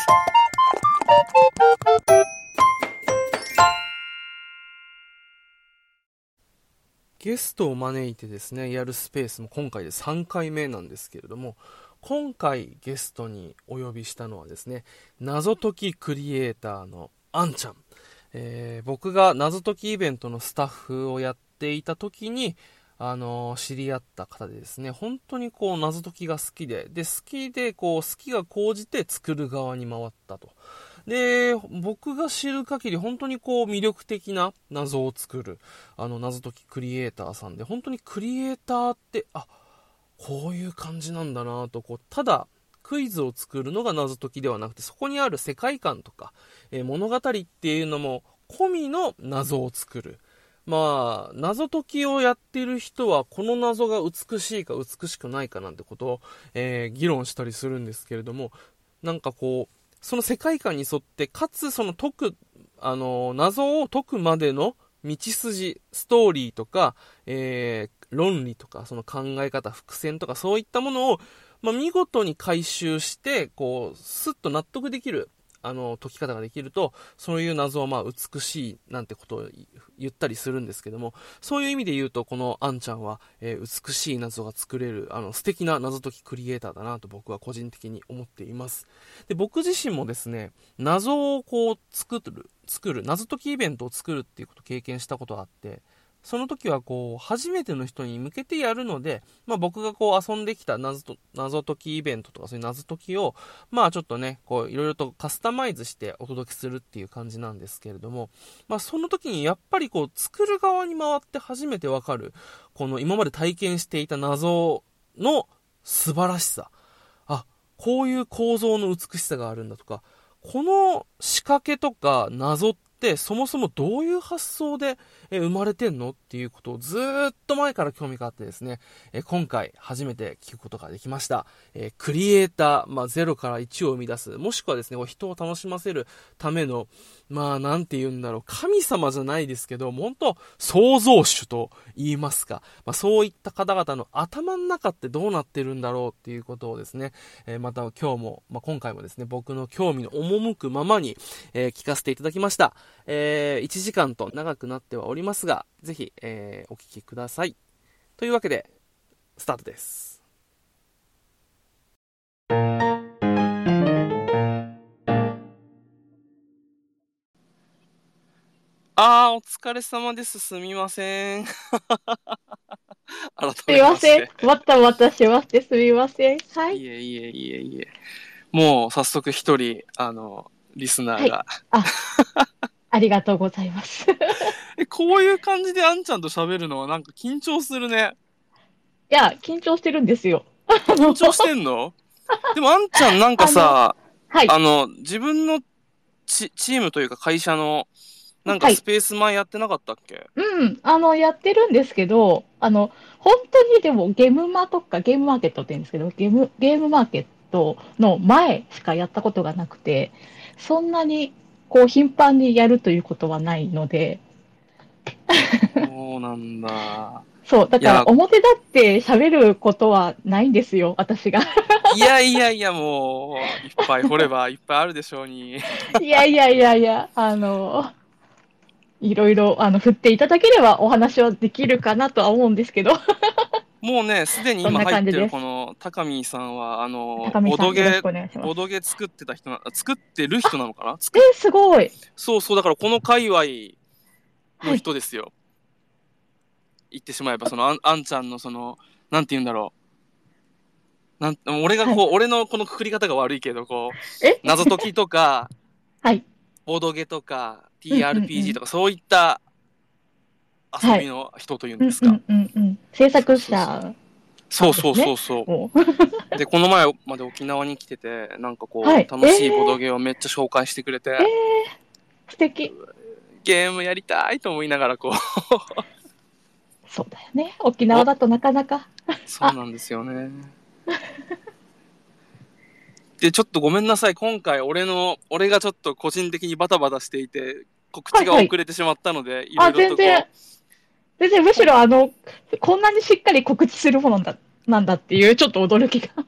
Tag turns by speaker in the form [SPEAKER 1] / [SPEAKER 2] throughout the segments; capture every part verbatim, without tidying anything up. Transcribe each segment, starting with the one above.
[SPEAKER 1] ゲストを招いてですねやるスペースも今回でさんかいめなんですけれども、今回ゲストにお呼びしたのはですね、謎解きクリエイターのあんちゃん、えー、僕が謎解きイベントのスタッフをやっていた時にあのー、知り合った方でですね、本当にこう謎解きが好きで、で好きでこう好きが高じて作る側に回ったと。で、僕が知る限り本当にこう魅力的な謎を作るあの謎解きクリエイターさんで、本当にクリエイターってあこういう感じなんだなと、こうただクイズを作るのが謎解きではなくて、そこにある世界観とか、えー、物語っていうのも込みの謎を作る。まあ謎解きをやっている人はこの謎が美しいか美しくないかなんてことを、えー、議論したりするんですけれども、なんかこうその世界観に沿って、かつその解く、あの、謎を解くまでの道筋、ストーリーとか、えー、論理とか、その考え方、伏線とか、そういったものを、まあ、見事に回収して、こう、スッと納得できる、あの、解き方ができると、そういう謎はまあ美しいなんてことを言ったりするんですけども、そういう意味で言うと、このあんちゃんは、えー、美しい謎が作れる、あの、素敵な謎解きクリエイターだなと僕は個人的に思っています。で、僕自身もですね、謎をこう作る、作る、謎解きイベントを作るっていうことを経験したことがあって、その時はこう初めての人に向けてやるので、まあ、僕がこう遊んできた謎と謎解きイベントとかそういう謎解きをまあちょっとねこういろいろとカスタマイズしてお届けするっていう感じなんですけれども、まあその時にやっぱりこう作る側に回って初めてわかるこの今まで体験していた謎の素晴らしさ、あこういう構造の美しさがあるんだとか、この仕掛けとか謎ってそもそもどういう発想で生まれてんのっていうことをずーっと前から興味があってですね、今回初めて聞くことができました。クリエイター、まあ、ゼロからいちを生み出す、もしくはですね人を楽しませるための、まあなんて言うんだろう、神様じゃないですけど本当創造主と言いますか、まあ、そういった方々の頭の中ってどうなってるんだろうっていうことをですね、えー、また今日も、まあ、今回もですね僕の興味の赴くままに、えー、聞かせていただきました。えー、いちじかんと長くなってはおりますが、ぜひ、えー、お聞きください。というわけでスタートです。あーお疲れ様です。すみません改
[SPEAKER 2] すみません。わたわたしましてすみません。はい。
[SPEAKER 1] いえいえいえいえ。もう早速一人あのリスナーが、
[SPEAKER 2] はい、あありがとうございます
[SPEAKER 1] えこういう感じであんちゃんと喋るのはなんか緊張するね。
[SPEAKER 2] いや緊張してるんですよ。
[SPEAKER 1] 緊張してんの？でもあんちゃんなんかさ、あの、はい、あの自分のチ、チームというか会社のなんかスペース前やってなかったっけ？はい、
[SPEAKER 2] うん、あのやってるんですけど、あの本当にでもゲームマとかゲームマーケットって言うんですけど、ゲームゲームマーケットの前しかやったことがなくて、そんなにこう頻繁にやるということはないので。
[SPEAKER 1] そうなんだ。
[SPEAKER 2] そう、だから表立って喋ることはないんですよ、私が。
[SPEAKER 1] いやいやいや、もう、いっぱい掘ればいっぱいあるでしょうに。
[SPEAKER 2] いやいやいやいや、あの、いろいろ、あの、振っていただければお話はできるかなとは思うんですけど。
[SPEAKER 1] もうね、すでに今入ってるこの高見さんは、あの、ボドゲ、ボドゲ作ってた人な、作ってる人なのかな？
[SPEAKER 2] えー、すごい。
[SPEAKER 1] そうそう、だからこの界隈の人ですよ。はい、言ってしまえば、そのあん、あんちゃんのその、なんて言うんだろう。なん俺がこう、はい、俺のこのくくり方が悪いけど、こう、謎解きとか、
[SPEAKER 2] はい、
[SPEAKER 1] ボドゲとか、ティーアールピージー とか、そういった遊びの人というんですか。
[SPEAKER 2] はい、うんうんうんうん、制作者、
[SPEAKER 1] そうそうそうそう。で、この前まで沖縄に来てて、なんかこう、はい、楽しいボドゲをめっちゃ紹介してくれて、
[SPEAKER 2] えー、素敵。
[SPEAKER 1] ゲームやりたいと思いながらこう。
[SPEAKER 2] そうだよね。沖縄だとなかなか。
[SPEAKER 1] そうなんですよね。で、ちょっとごめんなさい。今回、俺の、俺がちょっと個人的にバタバタしていて、告知が遅れてしまったので、はいはい、いろいろとこう。あ、全然、
[SPEAKER 2] 全然むしろあの、こんなにしっかり告知するものだ、なんだっていう、ちょっと驚きが。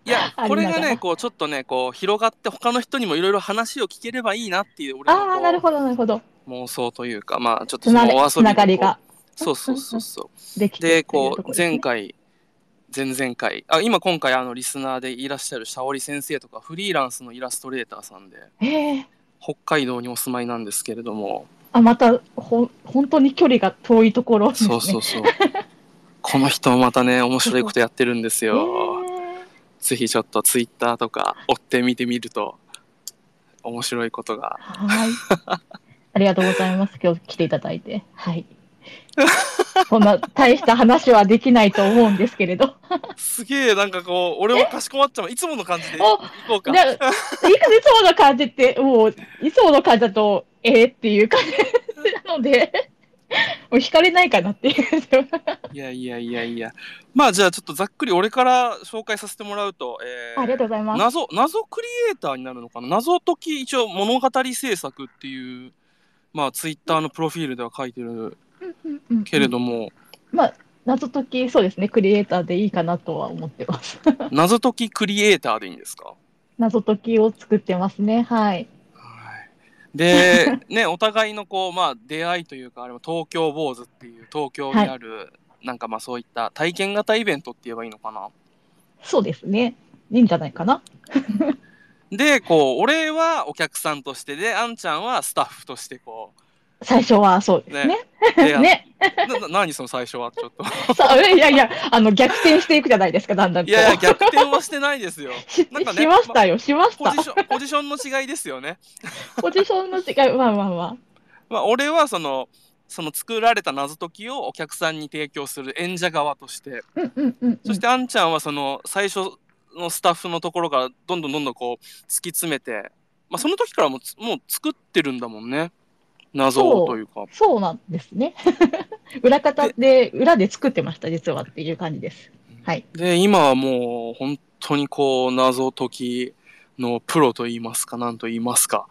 [SPEAKER 1] いやこれが
[SPEAKER 2] ありながら。
[SPEAKER 1] ねこうちょっとねこう広がって他の人にもいろいろ話を聞ければいいなっていう俺の
[SPEAKER 2] ああ、なる
[SPEAKER 1] こ
[SPEAKER 2] ほど、なるほど。
[SPEAKER 1] う妄想というか、まあちょっと
[SPEAKER 2] つなが、
[SPEAKER 1] そのお
[SPEAKER 2] つ
[SPEAKER 1] 遊びでこ
[SPEAKER 2] ながりが、
[SPEAKER 1] うそうそうそうそう。
[SPEAKER 2] できて
[SPEAKER 1] で
[SPEAKER 2] という
[SPEAKER 1] こう
[SPEAKER 2] ところですね。
[SPEAKER 1] 前回前々回あ今今回あのリスナーでいらっしゃるシャオリ先生とかフリーランスのイラストレーターさんで
[SPEAKER 2] ええ、
[SPEAKER 1] 北海道にお住まいなんですけれども、
[SPEAKER 2] あ、また、ほ、本当に距離が遠いところで
[SPEAKER 1] そう
[SPEAKER 2] すね。
[SPEAKER 1] そうそうこの人もまたね面
[SPEAKER 2] そうそう。
[SPEAKER 1] 白いことやってるんです
[SPEAKER 2] え
[SPEAKER 1] よ。
[SPEAKER 2] え、
[SPEAKER 1] ぜひちょっとツイッターとか追ってみてみると面白いことが。
[SPEAKER 2] はい。ありがとうございます。今日来ていただいて。はい。そんな大した話はできないと思うんですけれど。
[SPEAKER 1] すげえなんかこう俺もかしこまっちゃういつもの感じでい
[SPEAKER 2] お、
[SPEAKER 1] こうか。
[SPEAKER 2] じゃあ、いつもの感じって、もう、いつもの感じだと、えーっていう感じなので、もう惹かれないかなっていう。
[SPEAKER 1] いやいやいやいや。まあじゃあちょっとざっくり俺から紹介させてもらうと、
[SPEAKER 2] ありがとう
[SPEAKER 1] えー、
[SPEAKER 2] ございます。
[SPEAKER 1] 謎謎クリエイターになるのかな。謎解き一応物語制作っていうまあツイッターのプロフィールでは書いてる
[SPEAKER 2] うんうんうん
[SPEAKER 1] け
[SPEAKER 2] うん。
[SPEAKER 1] れども、
[SPEAKER 2] まあ、謎解き、そうですね、クリエイターでいいかなとは思ってます。
[SPEAKER 1] 謎解きクリエイターでいいんですか？
[SPEAKER 2] 謎解きを作ってますね。はい。
[SPEAKER 1] はい。で、ね、お互いのこう、まあ、出会いというか、あれも東京坊主っていう東京
[SPEAKER 2] はい。
[SPEAKER 1] にある、なんかまあそういった体験型イベントって言えばいいのかな。
[SPEAKER 2] そうですね。いいんじゃないかな。
[SPEAKER 1] で、こう、俺はお客さんとしてで、あんちゃんはスタッフとしてこ
[SPEAKER 2] 最初はそうで
[SPEAKER 1] う、ね、
[SPEAKER 2] すね。
[SPEAKER 1] で、あ
[SPEAKER 2] ね。
[SPEAKER 1] な、な、何その最初はちょっと。
[SPEAKER 2] さいやいや、あの、逆転していくじゃないですか、だんだんと。
[SPEAKER 1] いやいや、逆転はしてないですよ。
[SPEAKER 2] し、
[SPEAKER 1] なんかね、
[SPEAKER 2] しまし
[SPEAKER 1] ま、
[SPEAKER 2] たよ、しました。
[SPEAKER 1] ポジション、ポジションの違いですよね。
[SPEAKER 2] ポジションの違い、まあまあまあ。
[SPEAKER 1] まあ、俺はその、その作られた謎解きをお客さんに提供する演者側として、
[SPEAKER 2] うんうんうんうん。
[SPEAKER 1] そしてあんちゃんはその最初のスタッフのところからどんどんどんどんこう突き詰めて、まあ、その時からもうもう作ってるんだもんね、謎をと
[SPEAKER 2] そう、
[SPEAKER 1] いうか。
[SPEAKER 2] そうなんですね。裏方
[SPEAKER 1] で、
[SPEAKER 2] で、裏で作ってました、実はっていう感じです。はい。
[SPEAKER 1] で今はもう本当にこう謎解きのプロと言いますかなんと言いますか。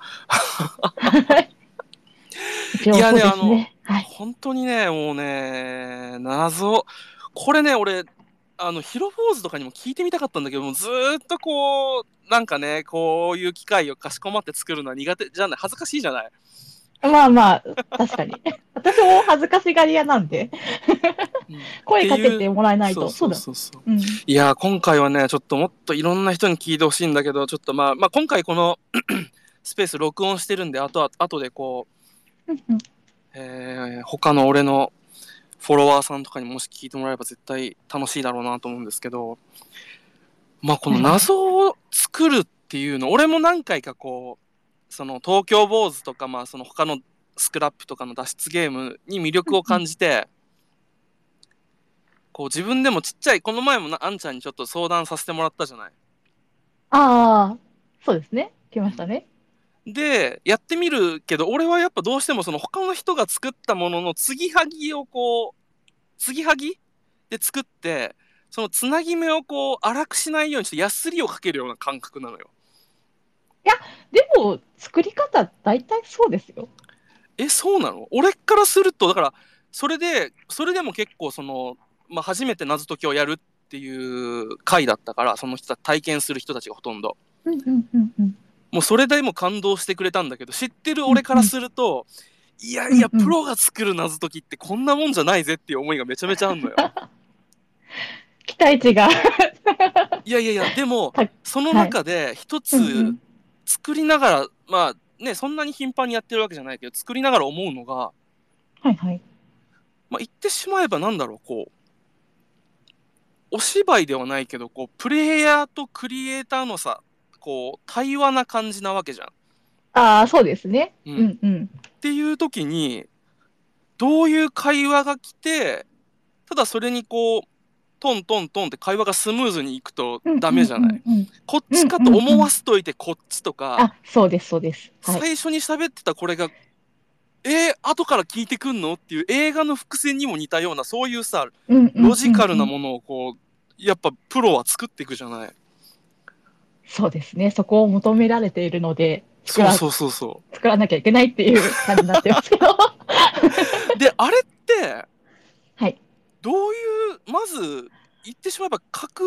[SPEAKER 2] 一応そう
[SPEAKER 1] いやね、あの
[SPEAKER 2] ですね。はい。
[SPEAKER 1] 本当にねもうね謎これね俺あのヒロポーズとかにも聞いてみたかったんだけどもずーっとこうなんかねこういう機会をかしこまって作るのは苦手じゃない恥ずかしいじゃない。
[SPEAKER 2] まあまあ、確かに。私も恥ずかしがり屋なんで、
[SPEAKER 1] うん、っ
[SPEAKER 2] 声
[SPEAKER 1] ていう
[SPEAKER 2] かけてもらえないと。そ
[SPEAKER 1] そうそう
[SPEAKER 2] うだ。
[SPEAKER 1] そうそう。
[SPEAKER 2] うん。
[SPEAKER 1] いやー今回はねちょっともっといろんな人に聞いてほしいんだけどちょっとまあまあ今回このスペース録音してるんであとは後でこう、
[SPEAKER 2] うんうん。
[SPEAKER 1] えー、他の俺のフォロワーさんとかにもし聞いてもらえれば絶対楽しいだろうなと思うんですけど、まあこの
[SPEAKER 2] なるほど。
[SPEAKER 1] 謎を作るっていうの俺も何回かこうその東京坊主とかまあその他のスクラップとかの脱出ゲームに魅力を感じて、こう自分でもちっちゃいこの前もなあんちゃんにちょっと相談させてもらったじゃない。
[SPEAKER 2] ああ、そうですね。来ましたね。
[SPEAKER 1] でやってみるけど俺はやっぱどうしてもその他の人が作ったものの継ぎはぎをこう継ぎはぎで作ってそのつなぎ目をこう粗くしないようにしてヤスリをかけるような感覚なのよ。
[SPEAKER 2] いや、でも、作り方、大体そうですよ。
[SPEAKER 1] えそうなの？俺からするとだからそれでそれでも結構その、まあ、初めて謎解きをやるっていう回だったからその人た体験する人たちがほとんど
[SPEAKER 2] うんうんうんうん。
[SPEAKER 1] もうそれでも感動してくれたんだけど知ってる
[SPEAKER 2] うんうん。
[SPEAKER 1] 俺からするといやいやプ
[SPEAKER 2] うんうん。
[SPEAKER 1] ロが作る謎解きってこんなもんじゃないぜっていう思いがめちゃめちゃあんのよ。
[SPEAKER 2] 期待値が
[SPEAKER 1] いやいやいやでも
[SPEAKER 2] た、
[SPEAKER 1] その
[SPEAKER 2] はい。
[SPEAKER 1] 中で一つ
[SPEAKER 2] うんうん。
[SPEAKER 1] 作りながらまあねそんなに頻繁にやってるわけじゃないけど作りながら思うのが、
[SPEAKER 2] はいはい。
[SPEAKER 1] まあ、言ってしまえばなんだろうこうお芝居ではないけどこうプレイヤーとクリエイターのさこう対話な感じなわけじゃん。
[SPEAKER 2] ああ、そうですね。
[SPEAKER 1] うん、
[SPEAKER 2] うんうん。
[SPEAKER 1] っていう時にどういう会話が来てただそれにこうトントントンって会話がスムーズにいくと
[SPEAKER 2] うんうん
[SPEAKER 1] ダメじゃない。
[SPEAKER 2] うんうん。
[SPEAKER 1] こっ
[SPEAKER 2] うん
[SPEAKER 1] ちかと
[SPEAKER 2] うんうん。
[SPEAKER 1] 思わせといてこっちとか
[SPEAKER 2] あ、そうですそうです。はい。
[SPEAKER 1] 最初に喋ってたこれがえー、後から聞いてくんのっていう映画の伏線にも似たようなそういうさ
[SPEAKER 2] うんうん
[SPEAKER 1] ロジ
[SPEAKER 2] うんうん。
[SPEAKER 1] カルなものをこうやっぱプロは作っていくじゃない。
[SPEAKER 2] そうですね。そこを求められているので、作ら、
[SPEAKER 1] そうそうそうそ
[SPEAKER 2] 作らなきゃいけないっていう感じになってますけど。
[SPEAKER 1] う。であれって
[SPEAKER 2] はい。
[SPEAKER 1] どういうまず言ってしまえば書くっ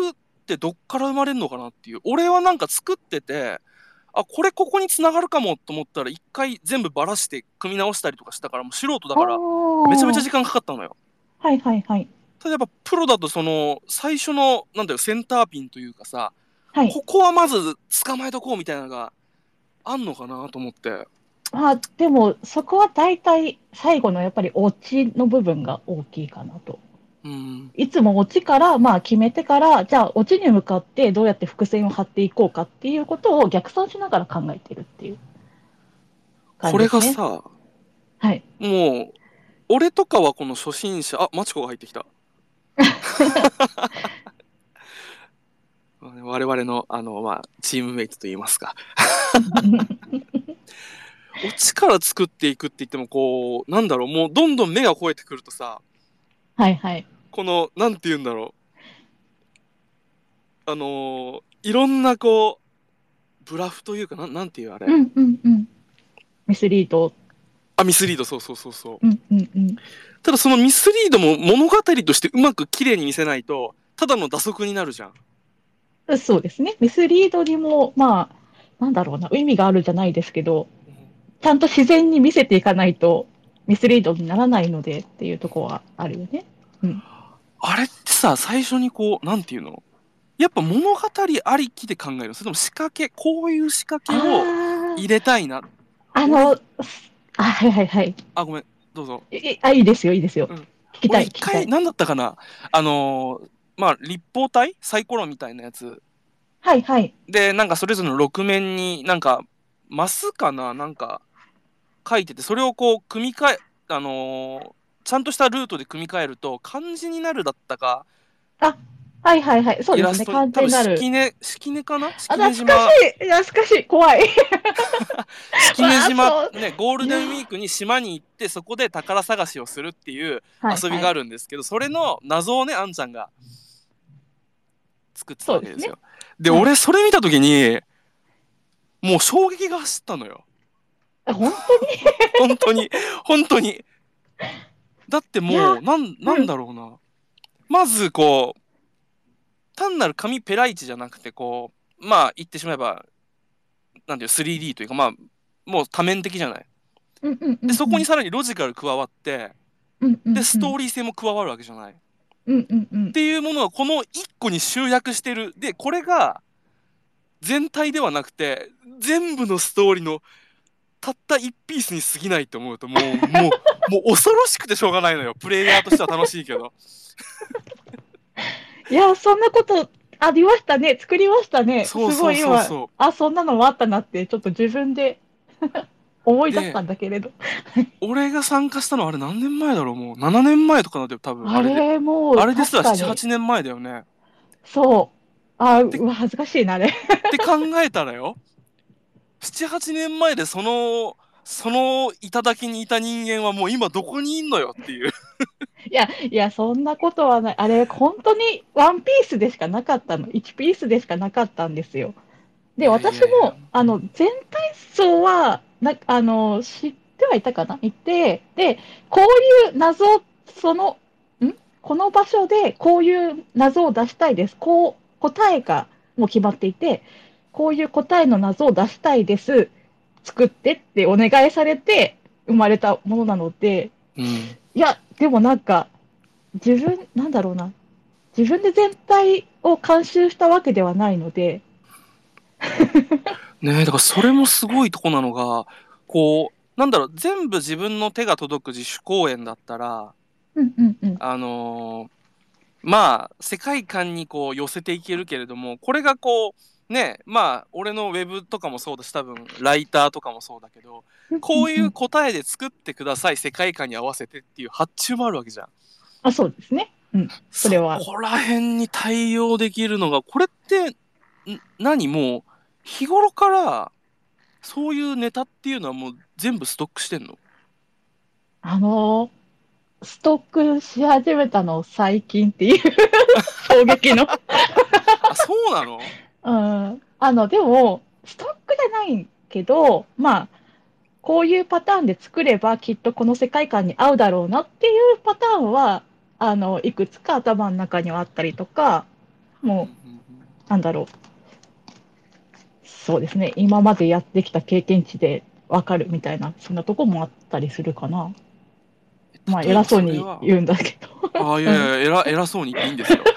[SPEAKER 1] ってどっから生まれるのかなっていう。俺はなんか作ってて、あ、これここに繋がるかもと思ったら一回全部バラして組み直したりとかしたから、もう素人だ
[SPEAKER 2] あ
[SPEAKER 1] からめちゃめちゃ
[SPEAKER 2] あ、
[SPEAKER 1] 時間かかったのよ。
[SPEAKER 2] はいはいはい。
[SPEAKER 1] ただやっぱプロだとその最初のなんだよセンターピンというかさ、
[SPEAKER 2] はい。
[SPEAKER 1] ここはまず捕まえとこうみたいなのがあんのかなと思って。
[SPEAKER 2] まあ、でも、そこは大体最後のやっぱりオチの部分が大きいかなと。
[SPEAKER 1] うん。
[SPEAKER 2] いつもオチから、まあ決めてから、じゃあオチに向かってどうやって伏線を張っていこうかっていうことを逆算しながら考えてるっていう感
[SPEAKER 1] これ
[SPEAKER 2] じですね。
[SPEAKER 1] がさ、
[SPEAKER 2] はい。
[SPEAKER 1] もう俺とかはこの初心者、あ、マチコが入ってきた。我々のあのまあチームメイトと言いますか。オチから作っていくって言ってもこうなんだろう、もうどんどん目が肥えてくるとさ、
[SPEAKER 2] はいはい。
[SPEAKER 1] このなんて言うんだろう、あのーいろんなこうブラフというか、ななんていうあれ、
[SPEAKER 2] うんうんうん。ミスリード。
[SPEAKER 1] あ、ミスリード、そうそうそうそう。
[SPEAKER 2] うんうんうん。
[SPEAKER 1] ただそのミスリードも物語としてうまく綺麗に見せないとただの打足になるじゃん。
[SPEAKER 2] そうですね。ミスリードにも、まあ、なんだろうな、意味があるじゃないですけど、
[SPEAKER 1] うん、
[SPEAKER 2] ちゃんと自然に見せていかないとミスリードにならないのでっていうところはあるよね。うん。
[SPEAKER 1] あれってさ、最初にこうなんていうの、やっぱ物語ありきで考えるの、それとも仕掛け、こういう仕掛けを
[SPEAKER 2] あ
[SPEAKER 1] 入れたいな。
[SPEAKER 2] あ、あ
[SPEAKER 1] 俺、
[SPEAKER 2] の、あ、はいはいはい。
[SPEAKER 1] あ、ごめん、どうぞ。
[SPEAKER 2] いあ、いいですよ、いいですよ。
[SPEAKER 1] うん。
[SPEAKER 2] 聞きたい、
[SPEAKER 1] 俺一
[SPEAKER 2] 聞きたい。
[SPEAKER 1] 回何だったかな、あのーまあ立方体サイコロみたいなやつ
[SPEAKER 2] はいはい。
[SPEAKER 1] で、なんかそれぞれのろく面になんかマスかな、なんか書いてて、それをこう組み替え、あのーちゃんとしたルートで組み替えると漢字になるだったか、
[SPEAKER 2] あ、はいはいはい。そうですね。
[SPEAKER 1] イラストに、
[SPEAKER 2] 完
[SPEAKER 1] 多分
[SPEAKER 2] 全なる。
[SPEAKER 1] 式根式根かな、
[SPEAKER 2] あ、
[SPEAKER 1] 式
[SPEAKER 2] 懐かし
[SPEAKER 1] 根島、
[SPEAKER 2] い懐かしい怖い。
[SPEAKER 1] 式根
[SPEAKER 2] わあ、そう。
[SPEAKER 1] 島ね、ゴール
[SPEAKER 2] いや
[SPEAKER 1] デンウィークに島に行ってそこで宝探しをするっていう遊びがあ
[SPEAKER 2] はいはい。
[SPEAKER 1] るんですけど、それの謎をねあんちゃんが作ってた
[SPEAKER 2] そうですね。
[SPEAKER 1] わけですよ。で、
[SPEAKER 2] はい。
[SPEAKER 1] 俺それ見た時にもう衝撃が走ったのよ。
[SPEAKER 2] あ本当に。
[SPEAKER 1] 本当に、本当に。だって
[SPEAKER 2] いや、
[SPEAKER 1] もうなんなん
[SPEAKER 2] うん。
[SPEAKER 1] だろうな、まずこう単なる紙ペライチじゃなくて、こうまあ言ってしまえばなんていう スリーディー というか、まあもう多面的じゃない。
[SPEAKER 2] うんうんう
[SPEAKER 1] でそこに
[SPEAKER 2] んうん。
[SPEAKER 1] さらにロジカル加わって、
[SPEAKER 2] うんう
[SPEAKER 1] で
[SPEAKER 2] んうん。
[SPEAKER 1] ストーリー性も加わるわけじゃない。っ
[SPEAKER 2] うんうんうん。
[SPEAKER 1] ていうものがこのいっこに集約してる。でこれが全体ではなくて全部のストーリーのたったいちピースに過ぎないと思うと、もうもうもう恐ろしくてしょうがないのよ。プレイヤーとしては楽しいけど。
[SPEAKER 2] いや、そんなことありましたね。作りましたね。す
[SPEAKER 1] そうそう
[SPEAKER 2] ごい今、
[SPEAKER 1] そうそ
[SPEAKER 2] あ、そんなのもあったなって、ちょっと自分で思
[SPEAKER 1] う。
[SPEAKER 2] い出した
[SPEAKER 1] で、
[SPEAKER 2] んだけれど。
[SPEAKER 1] 俺が参加したのあれ何年前だろう、もうななねんまえとかなんだよ多分。あれで
[SPEAKER 2] あれ、もう
[SPEAKER 1] あれですらなな、
[SPEAKER 2] 確かに、
[SPEAKER 1] はちねんまえだよね。
[SPEAKER 2] そう。あ、
[SPEAKER 1] でっ
[SPEAKER 2] うわ、恥ずかしいな、あれ。
[SPEAKER 1] て考えたらよ、なな、はちねんまえでそのその頂にいた人間はもう今どこにいんのよっていう。
[SPEAKER 2] いや、いや、そんなことはない。あれ、本当にワンピースでしかなかったの。いちピースでしかなかったんですよ。
[SPEAKER 1] い
[SPEAKER 2] で、私
[SPEAKER 1] やいやいや、
[SPEAKER 2] も、あの、全体像は、な、あの、知ってはいたかないて、で、こういう謎、その、んこの場所でこういう謎を出したいです。こう、答えがもう決まっていて、こういう答えの謎を出したいです。作ってってお願いされて生まれたものなので、
[SPEAKER 1] うん。
[SPEAKER 2] いや、でもなんか、自分、なんだろうな、自分で全体を監修したわけではないので、
[SPEAKER 1] ねえ、だからそれもすごいとこなのが、こうなんだろう、全部自分の手が届く自主公演だったら、
[SPEAKER 2] うんうんうん。
[SPEAKER 1] あのーまあ世界観にこう寄せていけるけれども、これがこうね、まあ俺のウェブとかもそうだし、多分ライターとかもそうだけど、
[SPEAKER 2] うんう
[SPEAKER 1] こういう
[SPEAKER 2] んうん。
[SPEAKER 1] 答えで作ってください、世界観に合わせてっていう発注もあるわけじゃん。
[SPEAKER 2] あ、そうですね。うん。それ
[SPEAKER 1] そ
[SPEAKER 2] は。
[SPEAKER 1] こら辺に対応できるのが、これってん何、もう日頃からそういうネタっていうのはもう全部ストックしてんの？
[SPEAKER 2] あの、ストックし始めたの最近っていう衝撃の。
[SPEAKER 1] あ、そうなの？
[SPEAKER 2] うん。あの、でも、ストックじゃないけど、まあ、こういうパターンで作ればきっとこの世界観に合うだろうなっていうパターンは、あの、いくつか頭の中にはあったりとか、も
[SPEAKER 1] うんうんうん。
[SPEAKER 2] なんだろう、そうですね、今までやってきた経験値でわかるみたいな、そんなとこもあったりするかな。まあ、
[SPEAKER 1] 例えば
[SPEAKER 2] 偉そうに
[SPEAKER 1] それは、
[SPEAKER 2] 言うんだけど。
[SPEAKER 1] ああ、い
[SPEAKER 2] うん。
[SPEAKER 1] やいや、偉、偉そうに言っていいんですよ。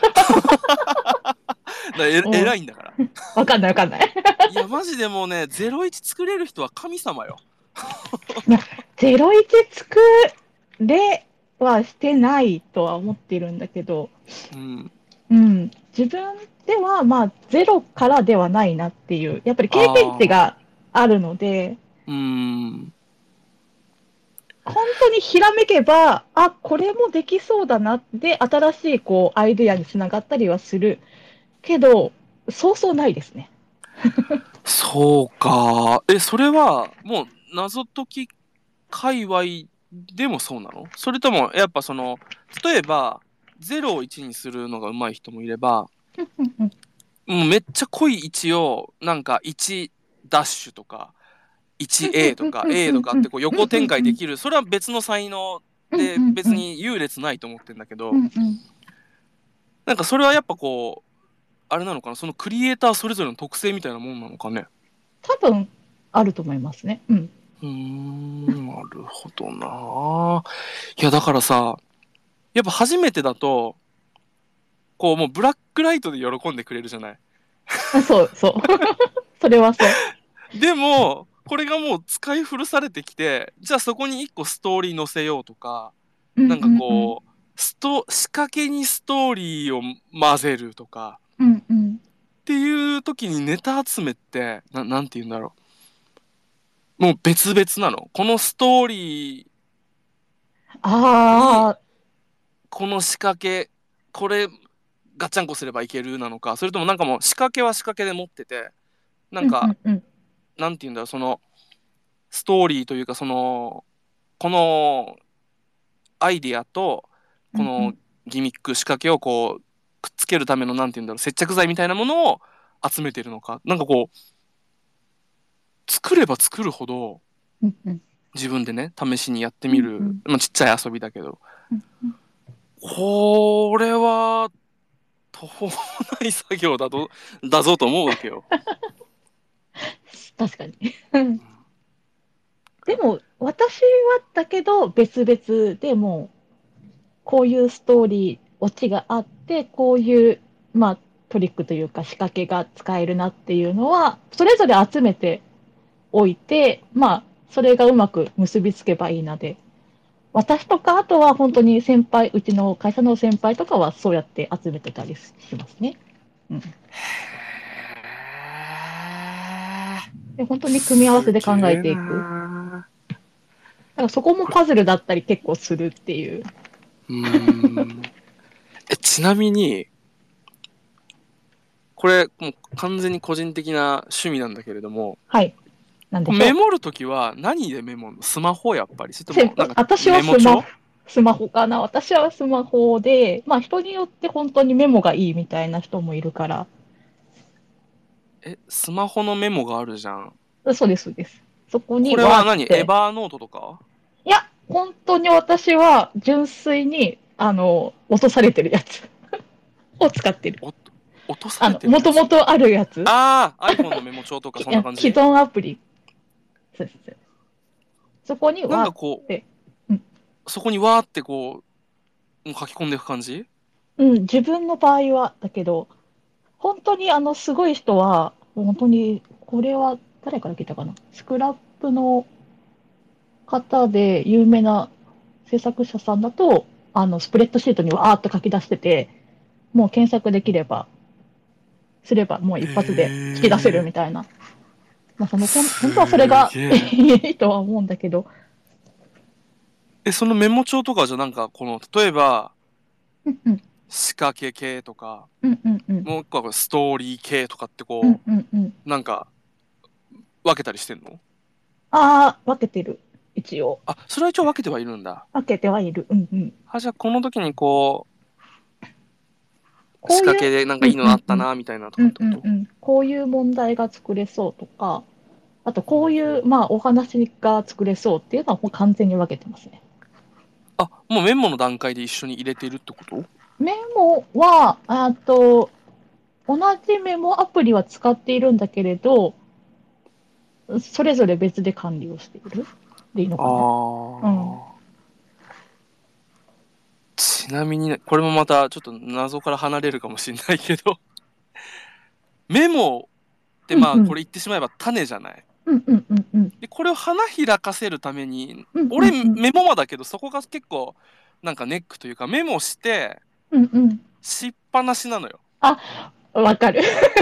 [SPEAKER 1] だえ、
[SPEAKER 2] もう、
[SPEAKER 1] 偉いんだから。
[SPEAKER 2] わかんないわかんない。
[SPEAKER 1] いや、マジでもうね、ゼロイチ作れる人は神様よ。
[SPEAKER 2] いや、ゼロイチ作れはしてないとは思っているんだけど、
[SPEAKER 1] うん。
[SPEAKER 2] うん、自分ではまあゼロからではないなっていう、やっぱり経験値
[SPEAKER 1] ああ、
[SPEAKER 2] があるので、
[SPEAKER 1] うーん。
[SPEAKER 2] 本当にひらめけば、あ、これもできそうだなって、新しいこうアイデアにつながったりはするけど、そうそうないですね。
[SPEAKER 1] そうか。え、それは、もう、謎解き界隈でもそうなの？それとも、やっぱその、例えば、ゼロをいちにするのが上手い人もいれば、
[SPEAKER 2] うんうん
[SPEAKER 1] もうめっちゃ濃い位置を、なんかいちダッシュとか、
[SPEAKER 2] うん
[SPEAKER 1] いちエー とか
[SPEAKER 2] うん
[SPEAKER 1] A
[SPEAKER 2] うんうん
[SPEAKER 1] とかってこう横展開できる、それは別の才能
[SPEAKER 2] うん
[SPEAKER 1] で
[SPEAKER 2] うんうん
[SPEAKER 1] 別に優劣ないと思ってんだけど、
[SPEAKER 2] うんうん
[SPEAKER 1] なんかそれはやっぱこう、あれなのかな、そのクリエイターそれぞれの特性みたいなもんなのかね。
[SPEAKER 2] 多分あると思いますね。うん。
[SPEAKER 1] うーん、なるほどな。いや、だからさ、やっぱ初めてだと、こうもうブラックライトで喜んでくれるじゃない。
[SPEAKER 2] あ、そうそう。それはそ
[SPEAKER 1] でも、これがもう使い古されてきて、じゃあそこに一個ストーリー載せようとか、
[SPEAKER 2] う。うん
[SPEAKER 1] なんか
[SPEAKER 2] うんうん。
[SPEAKER 1] こう、スト、仕掛けにストーリーを混ぜるとか、
[SPEAKER 2] うんうん。
[SPEAKER 1] っていう時にネタ集めって、な、なんて言うんだろう。もう別々なの。このストーリーに、
[SPEAKER 2] ああ、
[SPEAKER 1] この仕掛け、これ、ガッチャンコすればいけるなのか、それともなんかもう仕掛けは仕掛けで持ってて、な
[SPEAKER 2] うんう
[SPEAKER 1] んか、
[SPEAKER 2] んうん。
[SPEAKER 1] なんて言うんだろう、その、ストーリーというか、その、このアイディアと、この
[SPEAKER 2] うんうん。
[SPEAKER 1] ギミック、仕掛けをこう、くっつけるための、なんて言うんだろう、接着剤みたいなものを集めてるのか。なんかこう、作れば作るほど、
[SPEAKER 2] うんうん。
[SPEAKER 1] 自分でね、試しにやってみる、
[SPEAKER 2] うんうん。
[SPEAKER 1] まあ、ちっちゃい遊びだけど、
[SPEAKER 2] うんうん。
[SPEAKER 1] これは、途方もない作業だと、だぞと思うわけよ。
[SPEAKER 2] 確かに。でも、私はだけど、別々でもう、こういうストーリー、オチがあって、こういう、まあ、トリックというか仕掛けが使えるなっていうのは、それぞれ集めておいて、まあ、それがうまく結びつけばいいので、私とか、あとは本当に先輩、うちの会社の先輩とかはそうやって集めてたりしますね。うん。で、本当に組み合わせで考え
[SPEAKER 1] すげえ
[SPEAKER 2] ていく。
[SPEAKER 1] な
[SPEAKER 2] だからそこも
[SPEAKER 1] これ、
[SPEAKER 2] パズルだったり結構するっていう。
[SPEAKER 1] うーん。え、ちなみに、これ、もう完全に個人的な趣味なんだけれども、
[SPEAKER 2] はい。なんでしょ
[SPEAKER 1] こうメモるときは何でメモるの？スマホやっぱり。それと
[SPEAKER 2] う。先
[SPEAKER 1] も、なんか
[SPEAKER 2] 私はスマホ、
[SPEAKER 1] メモ帳？
[SPEAKER 2] スマホかな。私はスマホで、まあ人によって本当にメモがいいみたいな人もいるから、
[SPEAKER 1] え、スマホのメモがあるじゃん。
[SPEAKER 2] そうです、そうです。そこに
[SPEAKER 1] これは
[SPEAKER 2] わーっ
[SPEAKER 1] 何？エ
[SPEAKER 2] て。
[SPEAKER 1] バーノートとか？
[SPEAKER 2] いや、本当に私は純粋に、あの、落とされてるやつを使ってる。
[SPEAKER 1] お、落とされ
[SPEAKER 2] あの、も
[SPEAKER 1] てるやつ？
[SPEAKER 2] ともとあるやつ、
[SPEAKER 1] ああー、iPhone のメモ帳とか
[SPEAKER 2] き既
[SPEAKER 1] そんな感じ？
[SPEAKER 2] 存アプリ。そうです。そこに
[SPEAKER 1] なん
[SPEAKER 2] わーっ
[SPEAKER 1] かこ
[SPEAKER 2] て、うん、
[SPEAKER 1] う、そこにわーってこう、もう書き込んでいく感じ？
[SPEAKER 2] うん、自分の場合は、だけど、本当にあの、すごい人は、本当に、これは誰から聞いたかな。スクラップの方で有名な制作者さんだと、あの、スプレッドシートにわーっと書き出してて、もう検索できれば、すればもう
[SPEAKER 1] へ
[SPEAKER 2] 一発で引き出せる
[SPEAKER 1] え、
[SPEAKER 2] みたいな。まあ、その、ほん本当はそれが
[SPEAKER 1] すげえ。
[SPEAKER 2] いいとは思うんだけど、
[SPEAKER 1] え、そのメモ帳とかじゃなんかこの、例えば、
[SPEAKER 2] うんうん、
[SPEAKER 1] 仕掛け系とか、
[SPEAKER 2] うんうんうん、
[SPEAKER 1] もう一個はこれストーリー系とかって
[SPEAKER 2] うん
[SPEAKER 1] こ
[SPEAKER 2] うんうん。
[SPEAKER 1] う、なんか分けたりしてんの？
[SPEAKER 2] ああ、分けてる。一応。
[SPEAKER 1] あ、それは一応分けてはいるんだ。
[SPEAKER 2] 分けてはいる。うんうん。
[SPEAKER 1] あ、じゃあこの時にこう、仕
[SPEAKER 2] こういう、
[SPEAKER 1] 掛けでなんか
[SPEAKER 2] うん
[SPEAKER 1] いいのあ
[SPEAKER 2] うんうん。
[SPEAKER 1] ったな、みたいなと
[SPEAKER 2] うん
[SPEAKER 1] かってこと？
[SPEAKER 2] うんうん。こういう問題が作れそうとか、あとこういう、まあ、お話が作れそうっていうのはもう完全に分けてますね。
[SPEAKER 1] あ、もうメモの段階で一緒に入れてるってこと？
[SPEAKER 2] メモは、あと、 同じメモアプリは使っているんだけれど、それぞれ別で管理をしているでいいの
[SPEAKER 1] あ
[SPEAKER 2] かな。うん。
[SPEAKER 1] ー。ちなみにね、これもまたちょっと謎から離れるかもしれないけど、メモってまあこ
[SPEAKER 2] うんうん。
[SPEAKER 1] れ言ってしまえば種じゃない。
[SPEAKER 2] うんうんうんうん。
[SPEAKER 1] で、これを花開かせるために、
[SPEAKER 2] うんう
[SPEAKER 1] 俺
[SPEAKER 2] んうん。
[SPEAKER 1] メモマだけどそこが結構なんかネックというか、メモして
[SPEAKER 2] うんうん。
[SPEAKER 1] しっぱなしなのよ。
[SPEAKER 2] あ、わかる。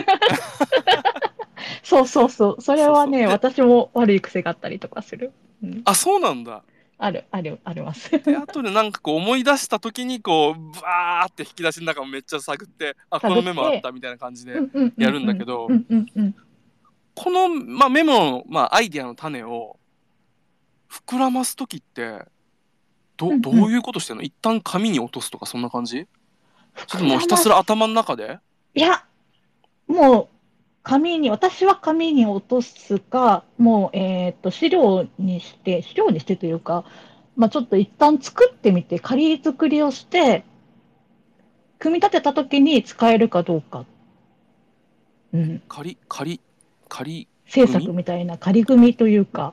[SPEAKER 2] そうそうそう。それ
[SPEAKER 1] そうそう。
[SPEAKER 2] はね、
[SPEAKER 1] で、
[SPEAKER 2] 私も悪い癖があったりとかする。うん。
[SPEAKER 1] あ、そうなんだ。
[SPEAKER 2] ある、ある、あります。
[SPEAKER 1] で、後でなんかこう思い出した時にこう、バーって引き出しの中もめっちゃ探って、あ、このメモあっ
[SPEAKER 2] 探って、
[SPEAKER 1] たみたいな感じで
[SPEAKER 2] うんうんう
[SPEAKER 1] やるんだ
[SPEAKER 2] んうん。
[SPEAKER 1] けど、
[SPEAKER 2] うんうんうん。
[SPEAKER 1] この、まあ、メモの、まあ、アイディアの種を膨らます時って、ど、
[SPEAKER 2] うんうん。
[SPEAKER 1] どういうことしてんの？一旦紙に落とすとかそんな感じ？それともひた
[SPEAKER 2] 膨らます。
[SPEAKER 1] すら頭の中で？
[SPEAKER 2] いや、もう、紙に、私は紙に落とすか、もう、えっと、資料にして、資料にしてというか、まあ、ちょっと一旦作ってみて、仮作りをして、組み立てた時に使えるかどうか、うん、
[SPEAKER 1] 仮、仮、仮
[SPEAKER 2] 制作
[SPEAKER 1] 組？
[SPEAKER 2] みたいな仮組みというか、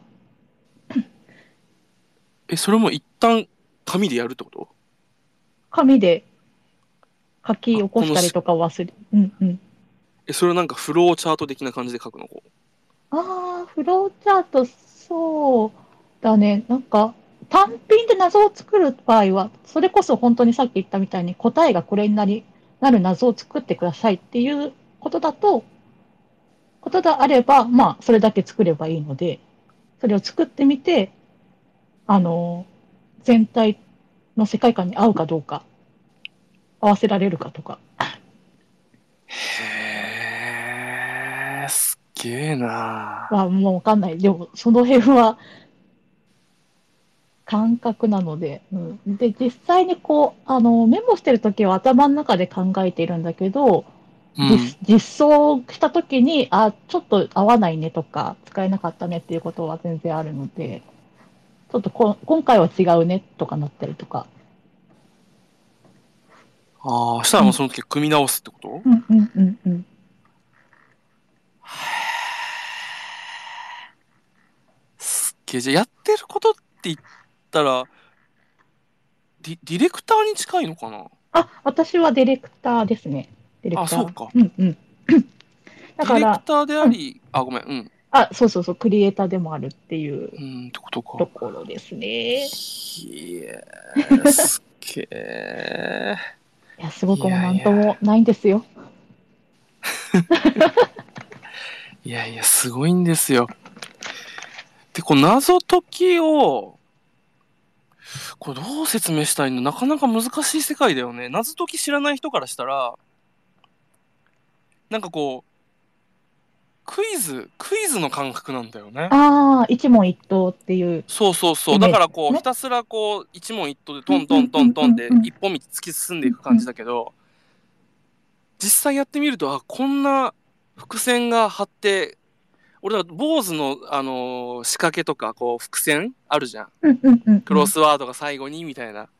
[SPEAKER 1] え、それも一旦紙でやるってこと？
[SPEAKER 2] 紙で書き
[SPEAKER 1] あ、
[SPEAKER 2] 起こ
[SPEAKER 1] このし、
[SPEAKER 2] したりとか忘れ、うんうん。
[SPEAKER 1] え、それをなんかフローチャート的な感じで書くの？こう。
[SPEAKER 2] ああ、フローチャート、そうだね。なんか、単品で謎を作る場合は、それこそ本当にさっき言ったみたいに答えがこれになり、なる謎を作ってくださいっていうことだと、ことであれば、まあ、それだけ作ればいいので、それを作ってみて、あの、全体の世界観に合うかどうか、合わせられるかとか
[SPEAKER 1] へー、すっげえな
[SPEAKER 2] はもうわかんない。でも、その辺は感覚なので、うん、で、実際にこう、あの、メモしてるときは頭の中で考えているんだけど、
[SPEAKER 1] ー。うん。
[SPEAKER 2] 実実装したときに、あ、ちょっと合わないねとか、使えなかったねっていうことは全然あるので、ちょっとこ今回は違うねとかなったりとか。
[SPEAKER 1] ああ、したら
[SPEAKER 2] うん、
[SPEAKER 1] もうその時組み直すってこと？
[SPEAKER 2] うん、うん、うん、うん。
[SPEAKER 1] すっげえ。じゃあやってることって言ったら、ディ、ディレクターに近いのかな？
[SPEAKER 2] あ、私はディレクターですね。ディレク
[SPEAKER 1] あ、
[SPEAKER 2] ター。
[SPEAKER 1] そうか。
[SPEAKER 2] うん、うん。だ
[SPEAKER 1] ディレク
[SPEAKER 2] から、
[SPEAKER 1] ターであ
[SPEAKER 2] うん。
[SPEAKER 1] り、あ、ごめん、うん。
[SPEAKER 2] あ、そうそうそう、クリエイターでもあるっていう
[SPEAKER 1] うん、ってことか。
[SPEAKER 2] ところですね。
[SPEAKER 1] いや、すっげえ。
[SPEAKER 2] いや、すご
[SPEAKER 1] い
[SPEAKER 2] くもなんと
[SPEAKER 1] やいや。
[SPEAKER 2] もないんですよ。
[SPEAKER 1] いやいや、すごいんですよ。で、こう、謎解きを、これどう説明したらいいの？なかなか難しい世界だよね。謎解き知らない人からしたら、なんかこう、クイズ、クイズの感覚なんだよね。
[SPEAKER 2] ああ、一問一答っていう
[SPEAKER 1] そうそうそう。
[SPEAKER 2] イメージ
[SPEAKER 1] だからこう、ひ
[SPEAKER 2] ですね。
[SPEAKER 1] たすらこう、一問一答で
[SPEAKER 2] うんうんう
[SPEAKER 1] トントントントンって
[SPEAKER 2] んうんうん
[SPEAKER 1] 一本道突き進んで
[SPEAKER 2] うんうん。
[SPEAKER 1] いく感じだけど、実際やってみると、あ、こんな伏線が張って、俺は坊主の、あのー仕掛けとか、こう、伏線あるじゃん。
[SPEAKER 2] うんうんうんうん。
[SPEAKER 1] クロスワードが最後に、みたいな。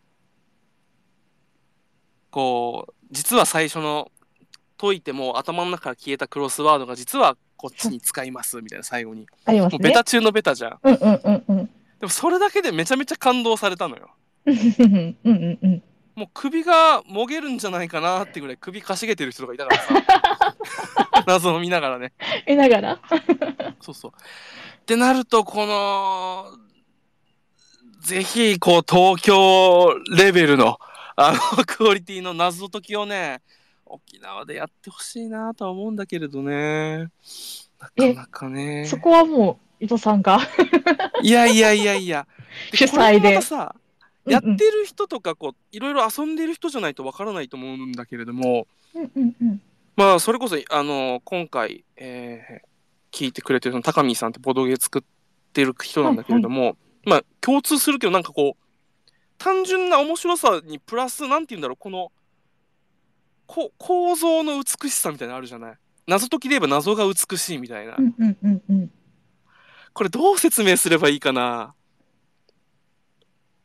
[SPEAKER 1] こう、実は最初の解いても頭の中から消えたクロスワードが実はこっちに使います、みたいな最後に。
[SPEAKER 2] ありますね。
[SPEAKER 1] もうベタ中のベタじゃん。
[SPEAKER 2] うんうんうんうん。
[SPEAKER 1] でもそれだけでめちゃめちゃ感動されたのよ。
[SPEAKER 2] うんうんうん。
[SPEAKER 1] もう首がもげるんじゃないかなってぐらい首かしげてる人とかいたからさ。謎を見ながらね。
[SPEAKER 2] 見ながら。
[SPEAKER 1] そうそう。ってなると、この、ぜひ、こう、東京レベルの、あの、クオリティの謎解きをね、沖縄でやってほしいなとは思うんだけれどね。なか
[SPEAKER 2] え、
[SPEAKER 1] なかね。
[SPEAKER 2] そこはもう、伊藤さんが
[SPEAKER 1] いやいやいやいや。で、
[SPEAKER 2] 主
[SPEAKER 1] これも
[SPEAKER 2] 催で。
[SPEAKER 1] またさ、
[SPEAKER 2] うんうん。
[SPEAKER 1] やってる人とか、こう、いろいろ遊んでる人じゃないとわからないと思うんだけれども、
[SPEAKER 2] うんうんうん。
[SPEAKER 1] まあ、それこそ、あの、今回、えー聞いてくれてるその高見さんってボドゲ作ってる人なんだけ
[SPEAKER 2] はいはい。
[SPEAKER 1] れども、まあ、共通するけど、なんかこう、単純な面白さにプラス、なんて言うんだろう、この、こ構造の美しさみたいなのあるじゃない。謎解きで言えば謎が美しいみたいな。
[SPEAKER 2] うんうんうんうん。
[SPEAKER 1] これどう説明すればいいかな。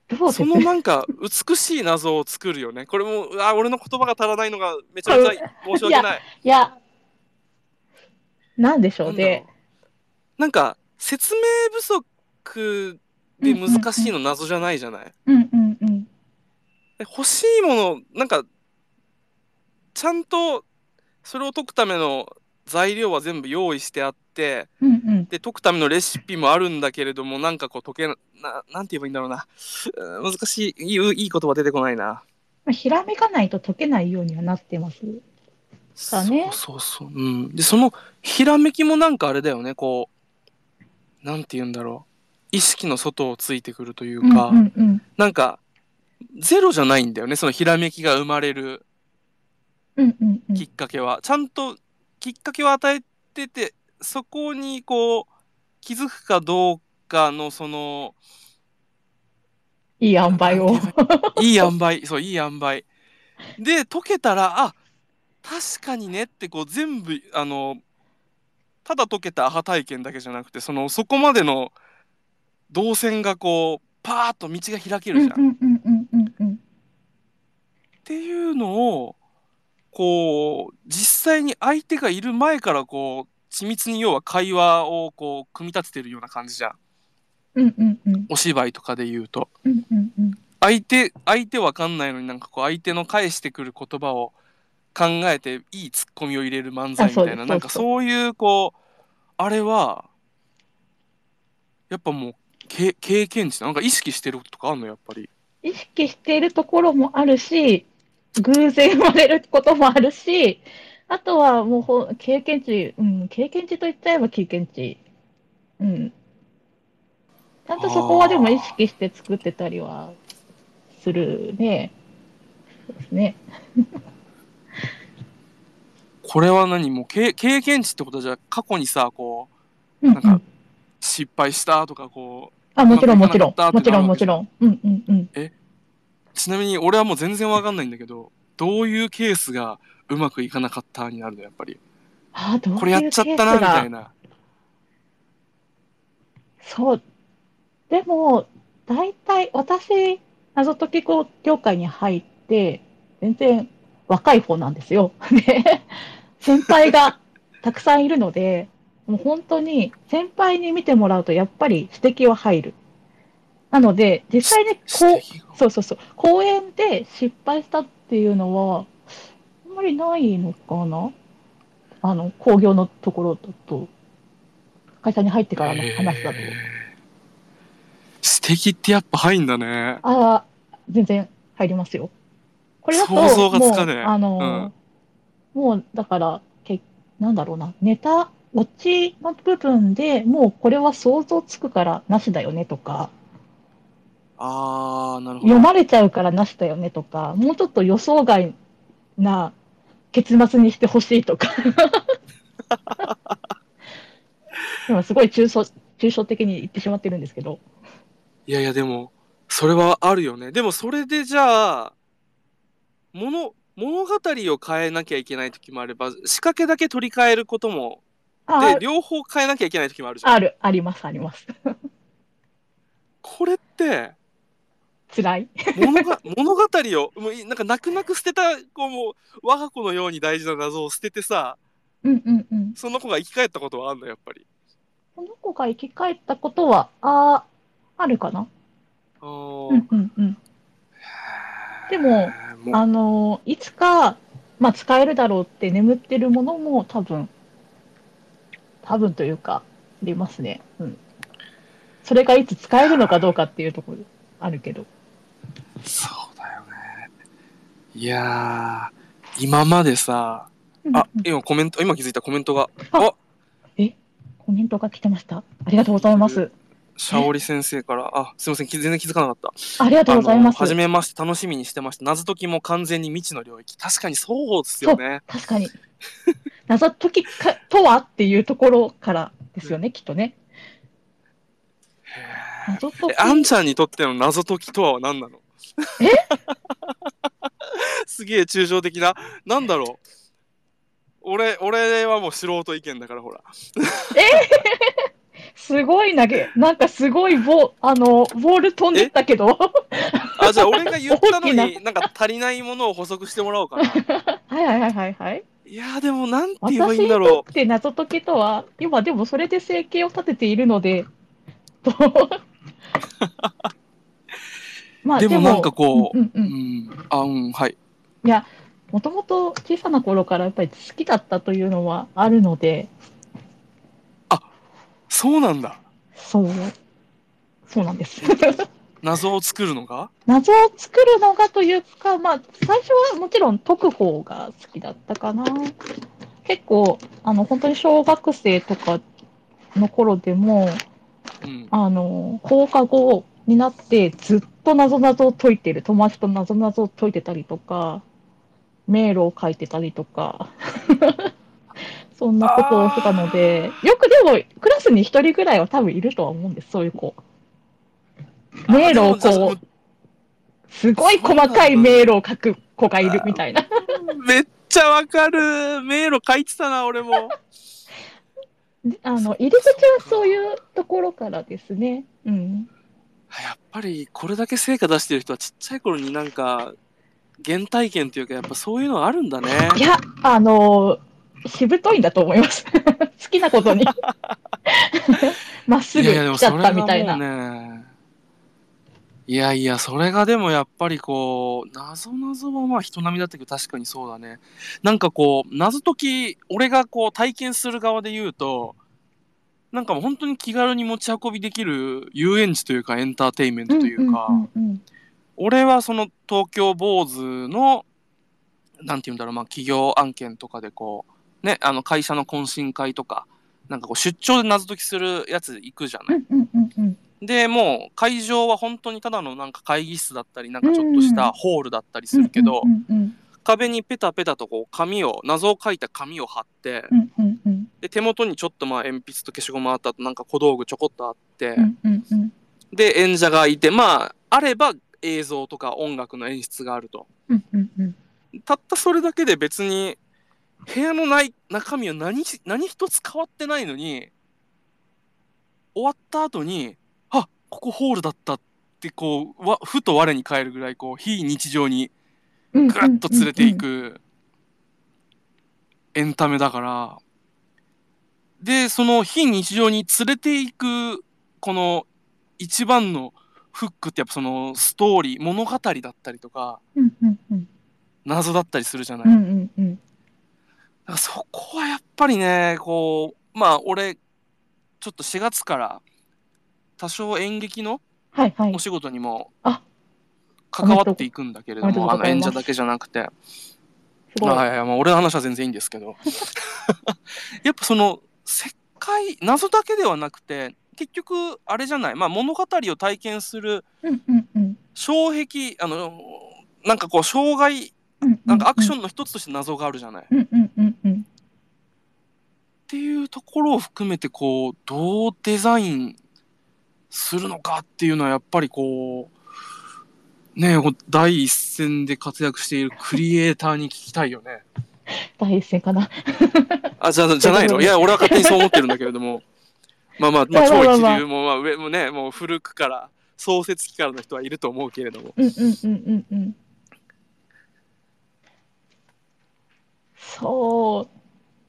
[SPEAKER 1] そ
[SPEAKER 2] どうです
[SPEAKER 1] のなんか美しい謎を作るよね。これもあ俺の言葉が足らないのがめちゃめちゃ申し
[SPEAKER 2] いや、
[SPEAKER 1] 訳ない。
[SPEAKER 2] いや、なんでしょうね。
[SPEAKER 1] なんだろう。なんか説明不足で
[SPEAKER 2] うんうん
[SPEAKER 1] 難しいの謎じゃないじゃない。
[SPEAKER 2] うんうんうん
[SPEAKER 1] 欲しいものなんかちゃんとそれを解くための材料は全部用意してあって、
[SPEAKER 2] うんうん
[SPEAKER 1] で解くためのレシピもあるんだけれども、なんかこう解けな、ななんて言えばいいんだろうな。難しい、いい、いい言葉出てこないな。
[SPEAKER 2] まあ、ひらめかないと解けないようにはなってますか
[SPEAKER 1] そう
[SPEAKER 2] ね。
[SPEAKER 1] そうそう。うん。で、そのひらめきもなんかあれだよね。こう、なんて言うんだろう。意識の外をついてくるという
[SPEAKER 2] うんう
[SPEAKER 1] か、
[SPEAKER 2] んうん。
[SPEAKER 1] なんかゼロじゃないんだよね。そのひらめきが生まれる
[SPEAKER 2] うんうんうん。
[SPEAKER 1] きっかけは。ちゃんときっかけを与えてて、そこにこう気づくかどうかのその、
[SPEAKER 2] いい塩
[SPEAKER 1] な、
[SPEAKER 2] 梅を。
[SPEAKER 1] なんて言えばいいいい塩梅。そう、いい塩梅。で、解けたら、あ、確かにねってこう全部、あの、ただ解けたアハ体験だけじゃなくて、その、そこまでの動線がこう、パーッと道が開け
[SPEAKER 2] うん
[SPEAKER 1] るじゃん。っ
[SPEAKER 2] うんうんうんうんうん。
[SPEAKER 1] ていうのを、こう、実際に相手がいる前からこう、緻密に要は会話をこう、組み立ててるような感じじゃん。
[SPEAKER 2] うんうんうん。
[SPEAKER 1] お芝居とかで言うと。
[SPEAKER 2] うんうんうん。
[SPEAKER 1] 相手、相手わかんないのになんかこう、相手の返してくる言葉を考えて、いいツッコミを入れる漫
[SPEAKER 2] あ、そうです、
[SPEAKER 1] 才みたいな、なんか
[SPEAKER 2] そうそう。
[SPEAKER 1] そういうこう、あれは、やっぱもう、け経験値なんか意識してることとかあんのやっぱり。
[SPEAKER 2] 意識しているところもあるし、偶然生まれることもあるし、あとはもうほ経験値、うん、経験値と言っちゃえば経験値。うん。ちゃんとそこはでも意
[SPEAKER 1] ああ。
[SPEAKER 2] 識して作ってたりはするね。そうですね。
[SPEAKER 1] これは何もう経経験値ってことじゃ過去にさ、こう、なんか
[SPEAKER 2] うんうん。
[SPEAKER 1] 失敗したとか、こ
[SPEAKER 2] あ、
[SPEAKER 1] う、う
[SPEAKER 2] もち
[SPEAKER 1] まくいかなかっ
[SPEAKER 2] ろんもちろん。
[SPEAKER 1] たってな
[SPEAKER 2] もちろ
[SPEAKER 1] るわけじゃん。
[SPEAKER 2] んもちろん。うんうんうん。
[SPEAKER 1] え、ちなみに俺はもう全然わかんないんだけど、どういうケースがうまくいかなかったになるのやっぱり。
[SPEAKER 2] ああ、ど
[SPEAKER 1] これやっ
[SPEAKER 2] ういうケー
[SPEAKER 1] ちゃったな、みた
[SPEAKER 2] スが。
[SPEAKER 1] いな。
[SPEAKER 2] そう。でも、大体、私、謎解き業界に入って、全然若い方なんですよ。で、先輩がたくさんいるので、もう本当に先輩に見てもらうとやっぱり指摘は入る。なので、実
[SPEAKER 1] し
[SPEAKER 2] 際にこう、
[SPEAKER 1] 指摘が。
[SPEAKER 2] そうそうそう、講演で失敗したっていうのは、あんまりないのかな。あの、工業のところだと、会社に入ってからの話だと。
[SPEAKER 1] えー、指摘ってやっぱ入んだね。
[SPEAKER 2] ああ、全然入りますよ。これだと、
[SPEAKER 1] 想像がつか
[SPEAKER 2] もう、
[SPEAKER 1] ね
[SPEAKER 2] あ
[SPEAKER 1] え。うん。
[SPEAKER 2] の、もう、だから、け、なんだろうな、ネタ、オチの部分でもうこれは想像つくからなしだよねとか、
[SPEAKER 1] あー、なるほど。
[SPEAKER 2] 読まれちゃうからなしだよねとか、もうちょっと予想外な結末にしてほしいとか、今すごい抽象、抽象的に言ってしまってるんですけど。
[SPEAKER 1] いやいや、でも、それはあるよね。でもそれでじゃあ、物、物語を変えなきゃいけない時もあれば、仕掛けだけ取り替えることも、で、
[SPEAKER 2] あ
[SPEAKER 1] 両方変えなきゃいけない時もあるじゃ
[SPEAKER 2] あ、
[SPEAKER 1] ん。
[SPEAKER 2] ある、あります、あります。
[SPEAKER 1] これって、
[SPEAKER 2] 辛い。
[SPEAKER 1] 物が、物語を、もういなんか泣く泣く捨てた、こうもう、我が子のように大事な謎を捨ててさ、
[SPEAKER 2] うんうんうん。
[SPEAKER 1] その子が生き返ったことはあんの、やっぱり。
[SPEAKER 2] この子が生き返ったことは、ああ、あるかな。
[SPEAKER 1] あ
[SPEAKER 2] うんう
[SPEAKER 1] ー、
[SPEAKER 2] んうん。でも、
[SPEAKER 1] もう、
[SPEAKER 2] あの、いつか、まあ、使えるだろうって眠ってるものも多分、多分というか、ありますね。うん。それがいつ使えるのかどうかっていうところあるけど。
[SPEAKER 1] そうだよね。いやー、今までさ、あ、
[SPEAKER 2] うんうん。
[SPEAKER 1] 今コメント、今気づいたコメントが、
[SPEAKER 2] あ、
[SPEAKER 1] あ、
[SPEAKER 2] え、コメントが来てました。ありがとうご
[SPEAKER 1] 聞いてる。
[SPEAKER 2] ざいます。え、
[SPEAKER 1] シャオリ先生から、あ、すいません、全然気づかなかった。
[SPEAKER 2] ありがとうござい
[SPEAKER 1] あの、はじ
[SPEAKER 2] ます。
[SPEAKER 1] めまして、楽しみにしてました。謎解きも完全に未知の領域。確かにそうですよ
[SPEAKER 2] そう、
[SPEAKER 1] ね。
[SPEAKER 2] 確かに。謎解きかとはっていうところからですよね、きっとね。謎解
[SPEAKER 1] え、あん
[SPEAKER 2] き、
[SPEAKER 1] ちゃんにとっての謎解きとは何なの？
[SPEAKER 2] え
[SPEAKER 1] すげえ抽象的な。なんだろう。俺、俺はもう素人意見だから、ほら。
[SPEAKER 2] えすごい投げ、なんかすごいボ、あの、ボール飛んでっ
[SPEAKER 1] え
[SPEAKER 2] たけど、
[SPEAKER 1] あ、じゃあ俺が言ったの
[SPEAKER 2] 大きな。
[SPEAKER 1] になんか足りないものを補足してもらおうかな。
[SPEAKER 2] はいはいはいはいはい。
[SPEAKER 1] いやーでもなんて言えばい
[SPEAKER 2] 私
[SPEAKER 1] いんだろ
[SPEAKER 2] にとって謎解きとは、今でもそれで生計を立てているので、とま
[SPEAKER 1] う。でもなんか
[SPEAKER 2] あでも、うん
[SPEAKER 1] こう、う
[SPEAKER 2] うんうん。
[SPEAKER 1] ん、あ、うん、はい。
[SPEAKER 2] いや、もともと小さな頃からやっぱり好きだったというのはあるので、
[SPEAKER 1] あ、そうなんだ。
[SPEAKER 2] そう、そうなんです。
[SPEAKER 1] 謎を作るのが。
[SPEAKER 2] 謎を作るのがというか、まあ、最初はもちろん解く方が好きだったかな。結構、あの、本当に小学生とかの頃でも、
[SPEAKER 1] うん。
[SPEAKER 2] あの、放課後になってずっと謎々を解いてる、友達と謎々を解いてたりとか、迷路を書いてたりとか、そんなことをしてたので、
[SPEAKER 1] あ
[SPEAKER 2] よくでも、クラスに一人ぐらいは多分いるとは思うんです、そういう子。
[SPEAKER 1] ーあー、
[SPEAKER 2] 迷路を
[SPEAKER 1] でも、じゃあ、もう
[SPEAKER 2] こう、すごい
[SPEAKER 1] そう
[SPEAKER 2] 細かい
[SPEAKER 1] なんだね。
[SPEAKER 2] 迷路を書く子がいるみたいな。
[SPEAKER 1] めっちゃわかる。迷路書いてたな、俺も。
[SPEAKER 2] あの、
[SPEAKER 1] そっ
[SPEAKER 2] 入り口
[SPEAKER 1] かそっ
[SPEAKER 2] はそうい
[SPEAKER 1] か。
[SPEAKER 2] うところからですね。うん。
[SPEAKER 1] やっぱりこれだけ成果出してる人はちっちゃい頃になんか原体験というかやっぱそういうのあるんだね。
[SPEAKER 2] いや、あの、しぶといんだと思います。好きなことにまっす
[SPEAKER 1] いやいやで
[SPEAKER 2] ぐ来ちゃった
[SPEAKER 1] もそれ
[SPEAKER 2] みたいな。
[SPEAKER 1] がもうね、いやいやそれがでもやっぱりこう、謎謎はまあ人並みだったけど確かにそうだね。なんかこう、謎解き、俺がこう体験する側で言うと、なんかもう本当に気軽に持ち運びできる遊園地というかエンターテインメントと
[SPEAKER 2] うんうんう
[SPEAKER 1] いうか、
[SPEAKER 2] んうん。
[SPEAKER 1] 俺はその東京坊主のなんて言うんだろう、まあ、企業案件とかでこう、ね、あの、会社の懇親会とか、なんかこう、出張で謎解きするやつ行くじゃない。
[SPEAKER 2] うんうんうんうん。
[SPEAKER 1] で、もう、会場は本当にただのなんか会議室だったり、なん
[SPEAKER 2] う
[SPEAKER 1] かちょっとし
[SPEAKER 2] ん
[SPEAKER 1] たホールだったり
[SPEAKER 2] うんうん
[SPEAKER 1] するけど、
[SPEAKER 2] うんうん。
[SPEAKER 1] 壁にペタペタとこう、紙を、謎を書いた紙を貼って、
[SPEAKER 2] うんうんうん。
[SPEAKER 1] で、手元にちょっとまあ、鉛筆と消しゴムあったと、なんか小道具ちょこっとあって、
[SPEAKER 2] うんうんうん。
[SPEAKER 1] で、演者がいて、まあ、あれば映像とか音楽の演出があると。
[SPEAKER 2] うんうんうん。
[SPEAKER 1] たったそれだけで別に、部屋のない中身は何何一つ変わってないのに、終わった後に、あ、ここホールだったってこう、わふと我に返るぐらいこう非日常に
[SPEAKER 2] うん
[SPEAKER 1] ぐっ
[SPEAKER 2] うん
[SPEAKER 1] と連れてい
[SPEAKER 2] うんうん。
[SPEAKER 1] くエンタメだから、でその非日常に連れていくこの一番のフックってやっぱそのストーリー物語だったりとか
[SPEAKER 2] うんうんうん。
[SPEAKER 1] 謎だったりするじゃない。
[SPEAKER 2] うんう
[SPEAKER 1] だか
[SPEAKER 2] んうん。
[SPEAKER 1] らそこはやっぱりね、こうまあ俺ちょっとしがつから多少演劇の
[SPEAKER 2] はいはい。
[SPEAKER 1] お仕事にも
[SPEAKER 2] あ、おめでとう、
[SPEAKER 1] 関わっていくんだけれども、あ
[SPEAKER 2] おめでとうご
[SPEAKER 1] の演者だけ
[SPEAKER 2] ざいます。
[SPEAKER 1] じゃなくて、
[SPEAKER 2] すごい。
[SPEAKER 1] あ、いや、まあ、俺の話は全然いいんですけど、やっぱその世界謎だけではなくて、結局あれじゃない、まあ、物語を体験する
[SPEAKER 2] うんうんうん。
[SPEAKER 1] 障壁、あのなんかこう障害、
[SPEAKER 2] うんう
[SPEAKER 1] なんかアクショ
[SPEAKER 2] んうん。
[SPEAKER 1] ンの一つとして謎があるじゃない。っ
[SPEAKER 2] うんうんうんうん。
[SPEAKER 1] ていうところを含めてこうどうデザインするのかっていうのはやっぱりこうね、第一線で活躍しているクリエイターに聞きたいよね。
[SPEAKER 2] 第一線かな。
[SPEAKER 1] あ、じゃあ、じゃないの、い
[SPEAKER 2] ということで。
[SPEAKER 1] や、俺は勝手にそう思ってるんだけれども。まあまあ、まあ、
[SPEAKER 2] まあまあ
[SPEAKER 1] 超
[SPEAKER 2] まあまあ。
[SPEAKER 1] 一流も、まあ、上もね、もう古くから、創設期からの人はいると思うけれども。
[SPEAKER 2] うんうんうんうんうん。そう。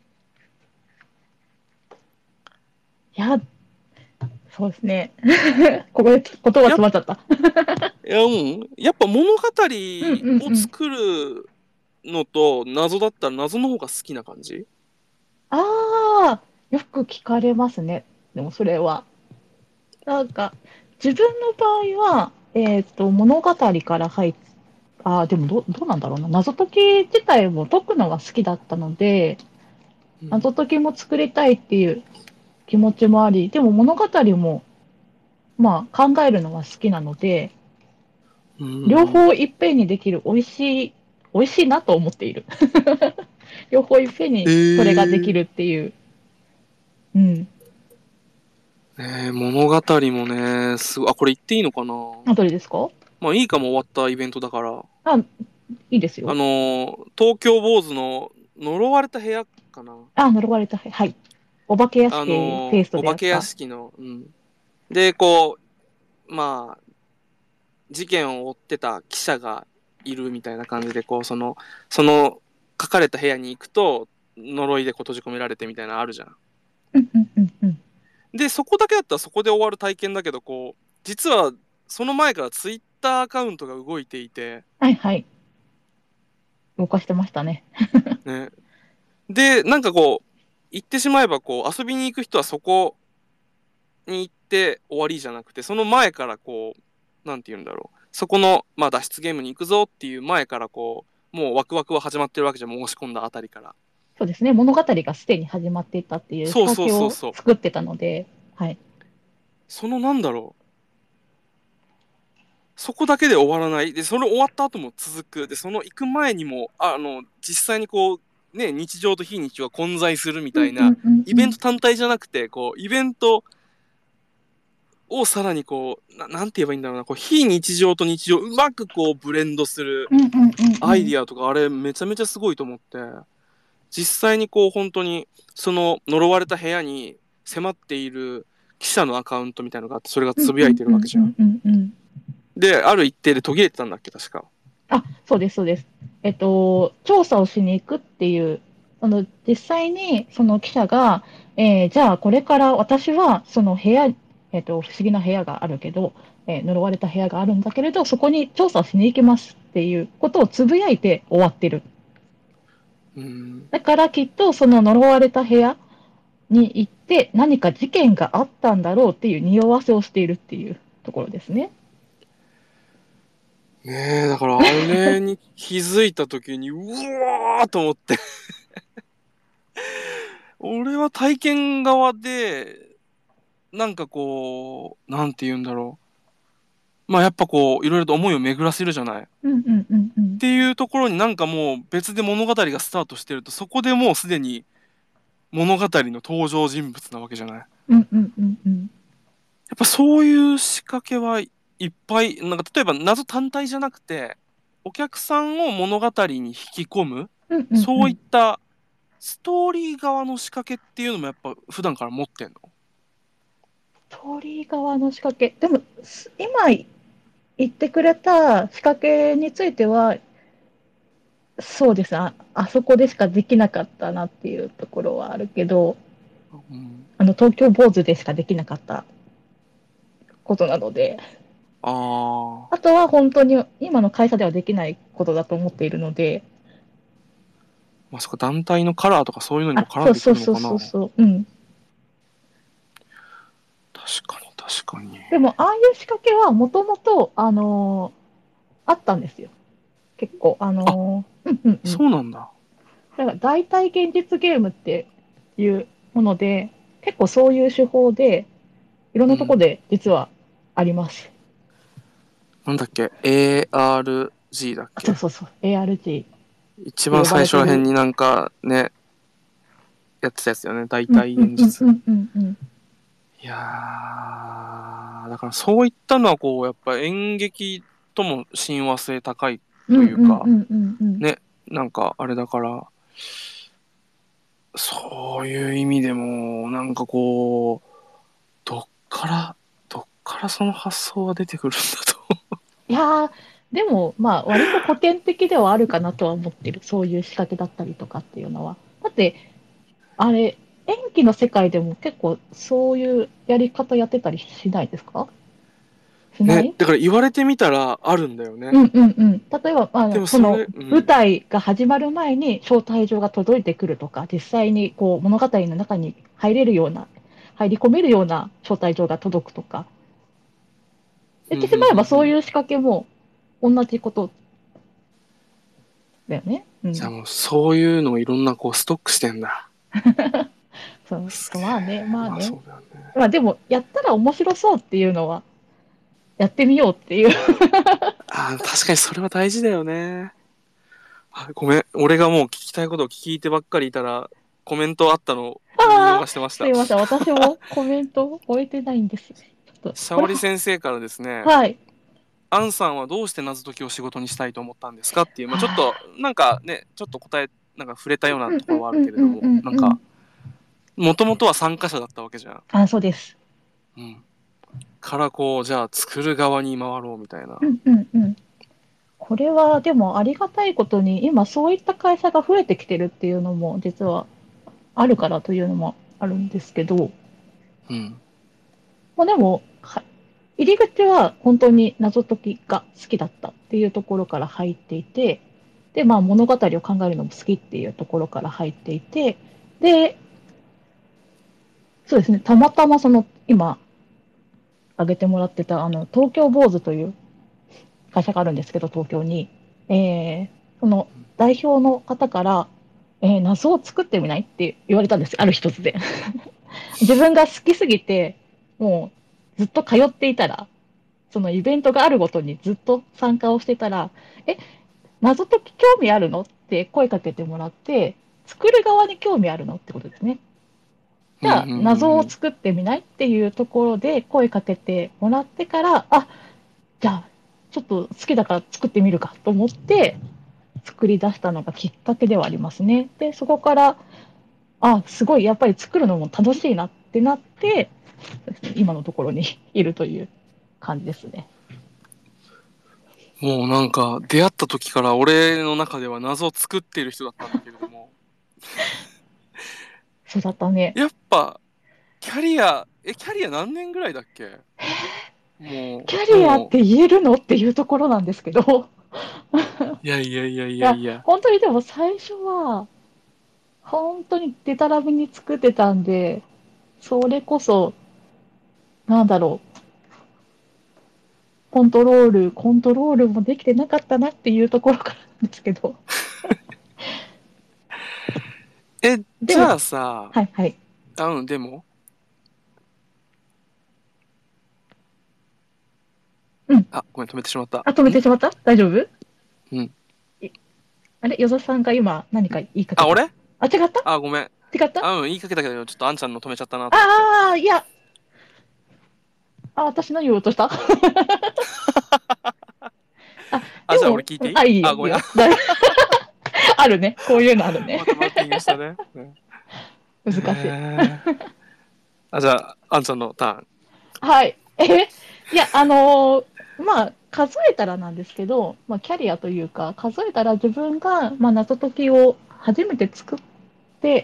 [SPEAKER 2] いや、そうですね。ここで言葉
[SPEAKER 1] やっ、
[SPEAKER 2] 詰まっちゃった。
[SPEAKER 1] いや、うん。やっぱ物語
[SPEAKER 2] うんうんうん。
[SPEAKER 1] を作るのと謎だったら謎の方が好きな感じ。
[SPEAKER 2] ああ、よく聞かれますね。でもそれは。なんか、自分の場合は、えっと、物語から入っああ、でもどどうなんだろうな。謎解き自体も解くのが好きだったので、
[SPEAKER 1] うん。
[SPEAKER 2] 謎解きも作りたいっていう気持ちもあり、でも物語も、まあ、考えるのは好きなので、
[SPEAKER 1] う
[SPEAKER 2] 両
[SPEAKER 1] ん。
[SPEAKER 2] 方いっぺんにできる美味しい、美味しいなと思っている。両方いっぺん
[SPEAKER 1] え
[SPEAKER 2] にそれができ
[SPEAKER 1] ー。
[SPEAKER 2] るっていう。うん。
[SPEAKER 1] ねえ、物語もね、すごい、あ、これ言っていいのかな。
[SPEAKER 2] あ、どれですか？
[SPEAKER 1] まあいいかも、終わったイベントだから。
[SPEAKER 2] あ、いいです
[SPEAKER 1] あ
[SPEAKER 2] よ。
[SPEAKER 1] のー東京坊主の呪われた部屋かな。
[SPEAKER 2] あ、呪われた。はい。 お化け屋
[SPEAKER 1] あ
[SPEAKER 2] 敷テイスト
[SPEAKER 1] のーお化け屋
[SPEAKER 2] でやった。
[SPEAKER 1] 敷の、うん。で、こう、まあ、事件を追ってた記者がいるみたいな感じで、こう、その、その書かれた部屋に行くと、呪いでこう閉じ込められてみたいなのあるじゃん。
[SPEAKER 2] うんうんうんうん。
[SPEAKER 1] で、そこだけだったらそこで終わる体験だけど、こう、実はその前からツイッターアカウントが動いていて、
[SPEAKER 2] はいはい。動かしてましたね。
[SPEAKER 1] ね。で、なんかこう、言ってしまえば、こう、遊びに行く人はそこに行って終わりじゃなくて、その前からこう、なんて言うんだろう。そこの、まあ、脱出ゲームに行くぞっていう前からこう、もうワクワクは始まってるわけじゃん、申し込んだあたりから。
[SPEAKER 2] そうですね。物語がすでに始まっていたっていう仕
[SPEAKER 1] そうそう
[SPEAKER 2] 掛けを
[SPEAKER 1] そうそう。
[SPEAKER 2] 作ってたので、はい。
[SPEAKER 1] そのなんだろう。そこだけで終わらない。で、それ終わった後も続く。で、その行く前にも、あの、実際にこう、ね、日常と非日常が混在するみたいな、
[SPEAKER 2] うんうんうん
[SPEAKER 1] イベント
[SPEAKER 2] うん。
[SPEAKER 1] 単体じゃなくて、こう、イベントをさらにこう、な、なんて言えばいいんだろうな、こう、非日常と日常をうまくこう、ブレンドする
[SPEAKER 2] うんうんうん
[SPEAKER 1] アイ
[SPEAKER 2] うん。
[SPEAKER 1] ディアとか、あれめちゃめちゃすごいと思って、実際にこう、本当に、その呪われた部屋に迫っている記者のアカウントみたいなのがあって、それが
[SPEAKER 2] うん
[SPEAKER 1] つぶやい
[SPEAKER 2] うんうん
[SPEAKER 1] てるわけじゃん。
[SPEAKER 2] うんうんうん。
[SPEAKER 1] で、ある一定で途切れてたんだっけ、確か。
[SPEAKER 2] あ、そうです、そうです。えっと、調査をしに行くっていう、あの、実際にその記者が、えーじゃあこれから私はその部屋、えっと、不思議な部屋があるけど、えー呪われた部屋があるんだけれど、そこに調査をしに行きますっていうことをつぶやいて終わってる。
[SPEAKER 1] うん。
[SPEAKER 2] だからきっとその呪われた部屋に行って何か事件があったんだろうっていう匂わせをしているっていうところですね。
[SPEAKER 1] ねえ、だからあれに気づいた時に、うわーと思って。俺は体験側で、なんかこう、なんて言うんだろう。まあやっぱこう、いろいろと思いを巡らせるじゃない。っ
[SPEAKER 2] うんうんうんうん。
[SPEAKER 1] ていうところになんかもう別で物語がスタートしてると、そこでもうすでに物語の登場人物なわけじゃない。や
[SPEAKER 2] うんうんうんうん。
[SPEAKER 1] っぱそういう仕掛けはいっぱい、なんか例えば謎単体じゃなくて、お客さんを物語に引き込む、
[SPEAKER 2] うんうんう
[SPEAKER 1] そういっ
[SPEAKER 2] ん。
[SPEAKER 1] たストーリー側の仕掛けっていうのもやっぱ普段から持ってんの？
[SPEAKER 2] 鳥側の仕掛け。でも、す今言ってくれた仕掛けについては、そうですね。あ、あそこでしかできなかったなっていうところはあるけど、
[SPEAKER 1] うん。
[SPEAKER 2] あの、東京坊主でしかできなかったことなので、
[SPEAKER 1] ああ。
[SPEAKER 2] あとは本当に今の会社ではできないことだと思っているので、
[SPEAKER 1] まあ、そっか、団体のカラーとかそういうのにも
[SPEAKER 2] あ、そう
[SPEAKER 1] 絡んでく
[SPEAKER 2] そうそう
[SPEAKER 1] るのかな。
[SPEAKER 2] そうそう、うん。
[SPEAKER 1] 確かに、確かに。
[SPEAKER 2] でも、ああいう仕掛けはもともと、あのーあったんですよ。結構、あ
[SPEAKER 1] あ、
[SPEAKER 2] のーうんうんうん。
[SPEAKER 1] そうなんだ。
[SPEAKER 2] だから大体現実ゲームっていうもので、結構そういう手法で、いろん
[SPEAKER 1] うん。
[SPEAKER 2] なところで実はあります。
[SPEAKER 1] なんだっけ？ エーアールジー だっ
[SPEAKER 2] あ、そう
[SPEAKER 1] け？
[SPEAKER 2] そうそう、エーアールジー っ
[SPEAKER 1] 一番
[SPEAKER 2] て呼ば
[SPEAKER 1] 最初ら辺
[SPEAKER 2] れてる。
[SPEAKER 1] になんかね、やってたやつよね。大
[SPEAKER 2] うん
[SPEAKER 1] 体
[SPEAKER 2] うんうんう
[SPEAKER 1] 現実。
[SPEAKER 2] んうんうん。
[SPEAKER 1] いやー、だからそういったのはこう、やっぱ演劇とも親和性高い
[SPEAKER 2] うんうん
[SPEAKER 1] というか、
[SPEAKER 2] うんうんうん。
[SPEAKER 1] ね、なんかあれだから、そういう意味でも、なんかこう、どっから、どっからその発想が出てくるんだと。
[SPEAKER 2] いやー、でも、まあ、割と古典的ではあるかなとは思ってる。そういう仕掛けだったりとかっていうのは。だって、あれ、演技の世界でも結構そういうやり方やってたりしないですか？しな
[SPEAKER 1] ね、
[SPEAKER 2] い。
[SPEAKER 1] だから言われてみたらあるんだよね。
[SPEAKER 2] うんうんうん。例えば、あの、その、
[SPEAKER 1] でもそれ、う
[SPEAKER 2] 舞
[SPEAKER 1] ん。
[SPEAKER 2] 台が始まる前に招待状が届いてくるとか、実際にこう物語の中に入れるような、入り込めるような招待状が届くとか。
[SPEAKER 1] うん、
[SPEAKER 2] 言っ
[SPEAKER 1] うん、うん、
[SPEAKER 2] てしまえばそう
[SPEAKER 1] うん。
[SPEAKER 2] いう仕掛けも同じことだよね。うん。
[SPEAKER 1] じゃあもうそういうのをいろんなこうストックしてんだ。
[SPEAKER 2] そう。
[SPEAKER 1] すげえ。
[SPEAKER 2] まあね、まあね。
[SPEAKER 1] まあそうだよね。
[SPEAKER 2] まあでも、やったら面白そうっていうのは、やってみようっていう。
[SPEAKER 1] ああ、確かにそれは大事だよね。あ、ごめん。俺がもう聞きたいことを聞いてばっかりいたら、コメントあったのを見
[SPEAKER 2] ああ、
[SPEAKER 1] 逃してました。
[SPEAKER 2] すいません。私もコメント終えてないんですよね。ちょっと、
[SPEAKER 1] シャオリ
[SPEAKER 2] これは、
[SPEAKER 1] 先生からですね、
[SPEAKER 2] はい。
[SPEAKER 1] アンさんはどうして謎解きを仕事にしたいと思ったんですかっていう、まあ、ちょっと、
[SPEAKER 2] はあ。
[SPEAKER 1] なんかね、ちょっと答え、なんか触れたような
[SPEAKER 2] うん
[SPEAKER 1] ところはある
[SPEAKER 2] うんうん
[SPEAKER 1] けれども、
[SPEAKER 2] うんうんうん。
[SPEAKER 1] なんか、 もともとは参加者だったわけじゃん。
[SPEAKER 2] あ、そうです。
[SPEAKER 1] うん。からこう、じゃあ作る側に回ろうみたいな。
[SPEAKER 2] うんうんうん。これはでもありがたいことに、今そういった会社が増えてきてるっていうのも実はあるからというのもあるんですけど、
[SPEAKER 1] うん。
[SPEAKER 2] まあ、でも、は入り口は本当に謎解きが好きだったっていうところから入っていて、で、まあ物語を考えるのも好きっていうところから入っていて、で、そうですね、たまたまその今挙げてもらってたあの東京坊主という会社があるんですけど、東京に、えーその代表の方から、えー謎を作ってみないって言われたんです、ある一つで。自分が好きすぎて、もうずっと通っていたら、そのイベントがあるごとにずっと参加をしてたら、え、謎解き興味あるのって声かけてもらって、作る側に興味あるのってことですね。じゃあ、
[SPEAKER 1] うんうんうんうん。
[SPEAKER 2] 謎を作ってみないっていうところで声かけてもらってから、あ、じゃあ、ちょっと好きだから作ってみるかと思って作り出したのがきっかけではありますね。で、そこから、あ、すごい、やっぱり作るのも楽しいなってなって、今のところにいるという感じですね。
[SPEAKER 1] もうなんか出会った時から俺の中では謎を作っている人だったんだけれども、
[SPEAKER 2] そうだったね。
[SPEAKER 1] やっぱキャリア、え、キャリア何年ぐらいだっけ？もう、
[SPEAKER 2] キャリアっ
[SPEAKER 1] も
[SPEAKER 2] て言えるのっていうところなんですけど、
[SPEAKER 1] う、いやいやいやい
[SPEAKER 2] いや、
[SPEAKER 1] やいや。
[SPEAKER 2] 本当にでも最初は、本当にデタラメに作ってたんで、それこそ、なんだろう、コントロール、コントロールもできてなかったなっていうところからなんですけど、
[SPEAKER 1] え、
[SPEAKER 2] でも、
[SPEAKER 1] じゃあさ、
[SPEAKER 2] はいはい。
[SPEAKER 1] あ、うん、でも、
[SPEAKER 2] うん。
[SPEAKER 1] あ、ごめん、止めてしまった。
[SPEAKER 2] あ、止め
[SPEAKER 1] ん
[SPEAKER 2] てしまった大丈夫？
[SPEAKER 1] うん。
[SPEAKER 2] いあれ、与座さんが今何か言いかけ
[SPEAKER 1] あ、
[SPEAKER 2] た？
[SPEAKER 1] 俺
[SPEAKER 2] あ、違った
[SPEAKER 1] あ、ごめん。
[SPEAKER 2] 違った？
[SPEAKER 1] あ、うん、言いかけたけど、ちょっとあんちゃんの止めちゃったなと思って。
[SPEAKER 2] ああー、いや、あ、私何言おうとした？あ、
[SPEAKER 1] あ、じゃあ俺
[SPEAKER 2] でも、
[SPEAKER 1] 聞いていい？
[SPEAKER 2] あ、いいよ、
[SPEAKER 1] あ、ごめん。
[SPEAKER 2] いいよ。だあるね。こういうのあるね。
[SPEAKER 1] またマーキングしたね。うん、
[SPEAKER 2] 難しい。
[SPEAKER 1] へー。あ、じゃあ、あんちゃんのターン。
[SPEAKER 2] はい。え、いや、あのーまあ、数えたらなんですけど、まあ、キャリアというか、数えたら自分が、まあ、謎解きを初めて作って、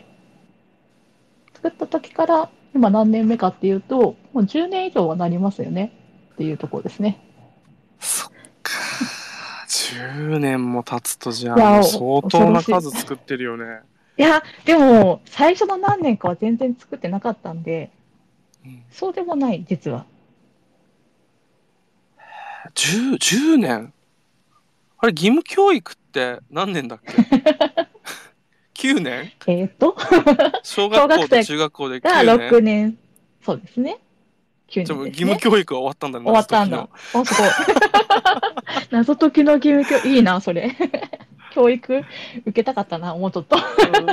[SPEAKER 2] 作った時から、今何年目かっていうと、もうじゅうねん以上はなりますよねっていうところですね。
[SPEAKER 1] そっか。じゅうねんも経つとじゃあもう
[SPEAKER 2] いや、お
[SPEAKER 1] 相当な
[SPEAKER 2] 恐ろしい。
[SPEAKER 1] 数作ってるよね。
[SPEAKER 2] いや、でも、最初の何年かは全然作ってなかったんで、
[SPEAKER 1] うん、
[SPEAKER 2] そうでもない、実は。
[SPEAKER 1] じゅう、じゅうねん。あれ、義務教育って何年だっけ？ きゅう 年？
[SPEAKER 2] えっと、
[SPEAKER 1] 小学
[SPEAKER 2] 小学生
[SPEAKER 1] 校と中学校で
[SPEAKER 2] が
[SPEAKER 1] きゅうねん？
[SPEAKER 2] ろくねん、そうですね。9
[SPEAKER 1] じゃあもう義
[SPEAKER 2] 年ですね。
[SPEAKER 1] 務教育は終わったんだね、
[SPEAKER 2] 終わったんだ。
[SPEAKER 1] 謎解きの。
[SPEAKER 2] あ、すごい。謎解きの義務教、いいな、それ。教育受けたかったな、もうちょっと。
[SPEAKER 1] うん、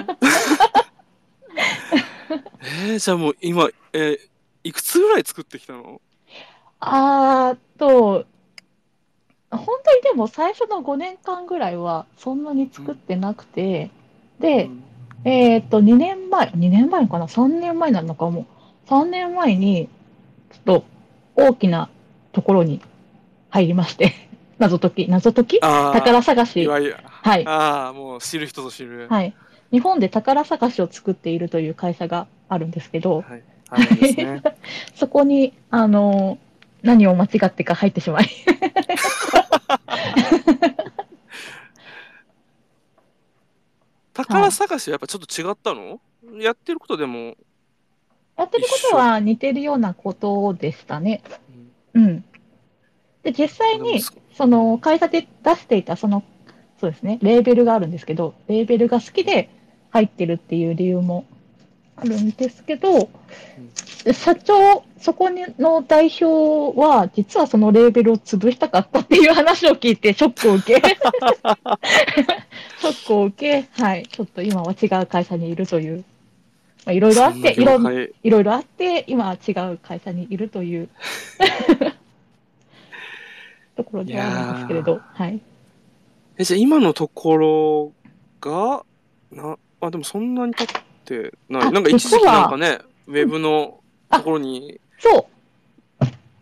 [SPEAKER 1] えー、じゃあもう今、えーいくつぐらい作ってきたの？
[SPEAKER 2] あーと、本当にでも最初のごねんかんぐらいはそんなに作っ
[SPEAKER 1] うん。
[SPEAKER 2] てなくて、で、
[SPEAKER 1] うん。
[SPEAKER 2] えっと、にねんまえ、にねんまえかな？ さん 年前なのかも。さんねんまえに、ちょっと大きなところに入りまして、謎解き、謎解き
[SPEAKER 1] ああ、
[SPEAKER 2] 宝探し。
[SPEAKER 1] いわゆる、
[SPEAKER 2] はい。
[SPEAKER 1] ああ、もう知る人ぞ知る。
[SPEAKER 2] はい。日本で宝探しを作っているという会社があるんですけど、
[SPEAKER 1] はい、あ
[SPEAKER 2] は
[SPEAKER 1] るんです
[SPEAKER 2] い。
[SPEAKER 1] ね。
[SPEAKER 2] そこに、あの、何を間違ってか入ってしまい。はい。
[SPEAKER 1] 宝探しはやっぱちょっと違ったの？やってることでも
[SPEAKER 2] やってること
[SPEAKER 1] 一緒？
[SPEAKER 2] は似てるようなことでしたね。
[SPEAKER 1] うん。
[SPEAKER 2] うん。で、実際に、
[SPEAKER 1] あでもす、
[SPEAKER 2] その、
[SPEAKER 1] うん。
[SPEAKER 2] 会社で出していた、その、そうですね、レーベルがあるんですけど、レーベルが好きで入ってるっていう理由もあるんですけど、
[SPEAKER 1] うん。
[SPEAKER 2] 社長、そこの代表は、実はそのレーベルを潰したかったっていう話を聞いて、ショックを受け、ショックを受け、はい、ちょっと今は違う会社にいるという、まあ、いろいろあ
[SPEAKER 1] そんな
[SPEAKER 2] って、いろん、
[SPEAKER 1] 業界。
[SPEAKER 2] いろいろあって、今は違う会社にいるというところ
[SPEAKER 1] い
[SPEAKER 2] ではあるんですけれど、
[SPEAKER 1] や
[SPEAKER 2] はい。
[SPEAKER 1] ー。え、じゃあ今のところが、な、あ、でもそんなにたってない？
[SPEAKER 2] あ
[SPEAKER 1] なんか一時期
[SPEAKER 2] 実は
[SPEAKER 1] なんかね、ウェブのところに
[SPEAKER 2] そう、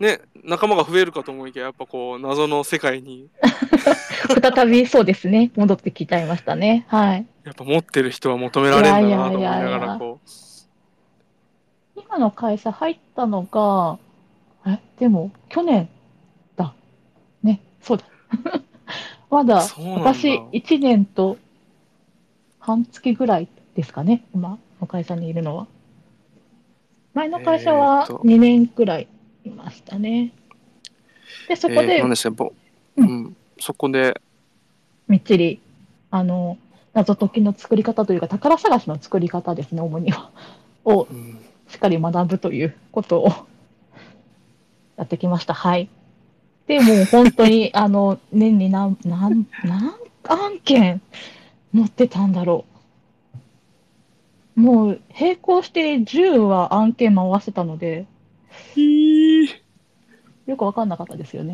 [SPEAKER 1] ね、仲間が増えるかと思いきや、やっぱこう、謎の世界に、
[SPEAKER 2] 再びそうですね、戻ってきちゃいましたね。はい。
[SPEAKER 1] やっぱ持ってる人は求め
[SPEAKER 2] い
[SPEAKER 1] られんだ
[SPEAKER 2] やいやい
[SPEAKER 1] なと思いながら、
[SPEAKER 2] やいや。
[SPEAKER 1] こ
[SPEAKER 2] 今の会社入ったのが、え、でも、去年だ。ね、そうだ。ま
[SPEAKER 1] う、
[SPEAKER 2] だ、
[SPEAKER 1] そうなんだ。
[SPEAKER 2] 私、いちねんと半月ぐらいですかね、今の会社にいるのは。前の会社は
[SPEAKER 1] えーっと、
[SPEAKER 2] にねんくらいいましたね。で、そこ
[SPEAKER 1] えー、なん
[SPEAKER 2] で、
[SPEAKER 1] でしたっけ、ぼ
[SPEAKER 2] うん、
[SPEAKER 1] うん、そこで、
[SPEAKER 2] みっちり、あの、謎解きの作り方というか、宝探しの作り方ですね、主には。を
[SPEAKER 1] うん、
[SPEAKER 2] しっかり学ぶということをやってきました。はい。で、もう本当に、あの、年に何、何、何案件持ってたんだろう。もう、並行してじゅうは案件回してたので、
[SPEAKER 1] いー
[SPEAKER 2] よくわかんなかったですよね。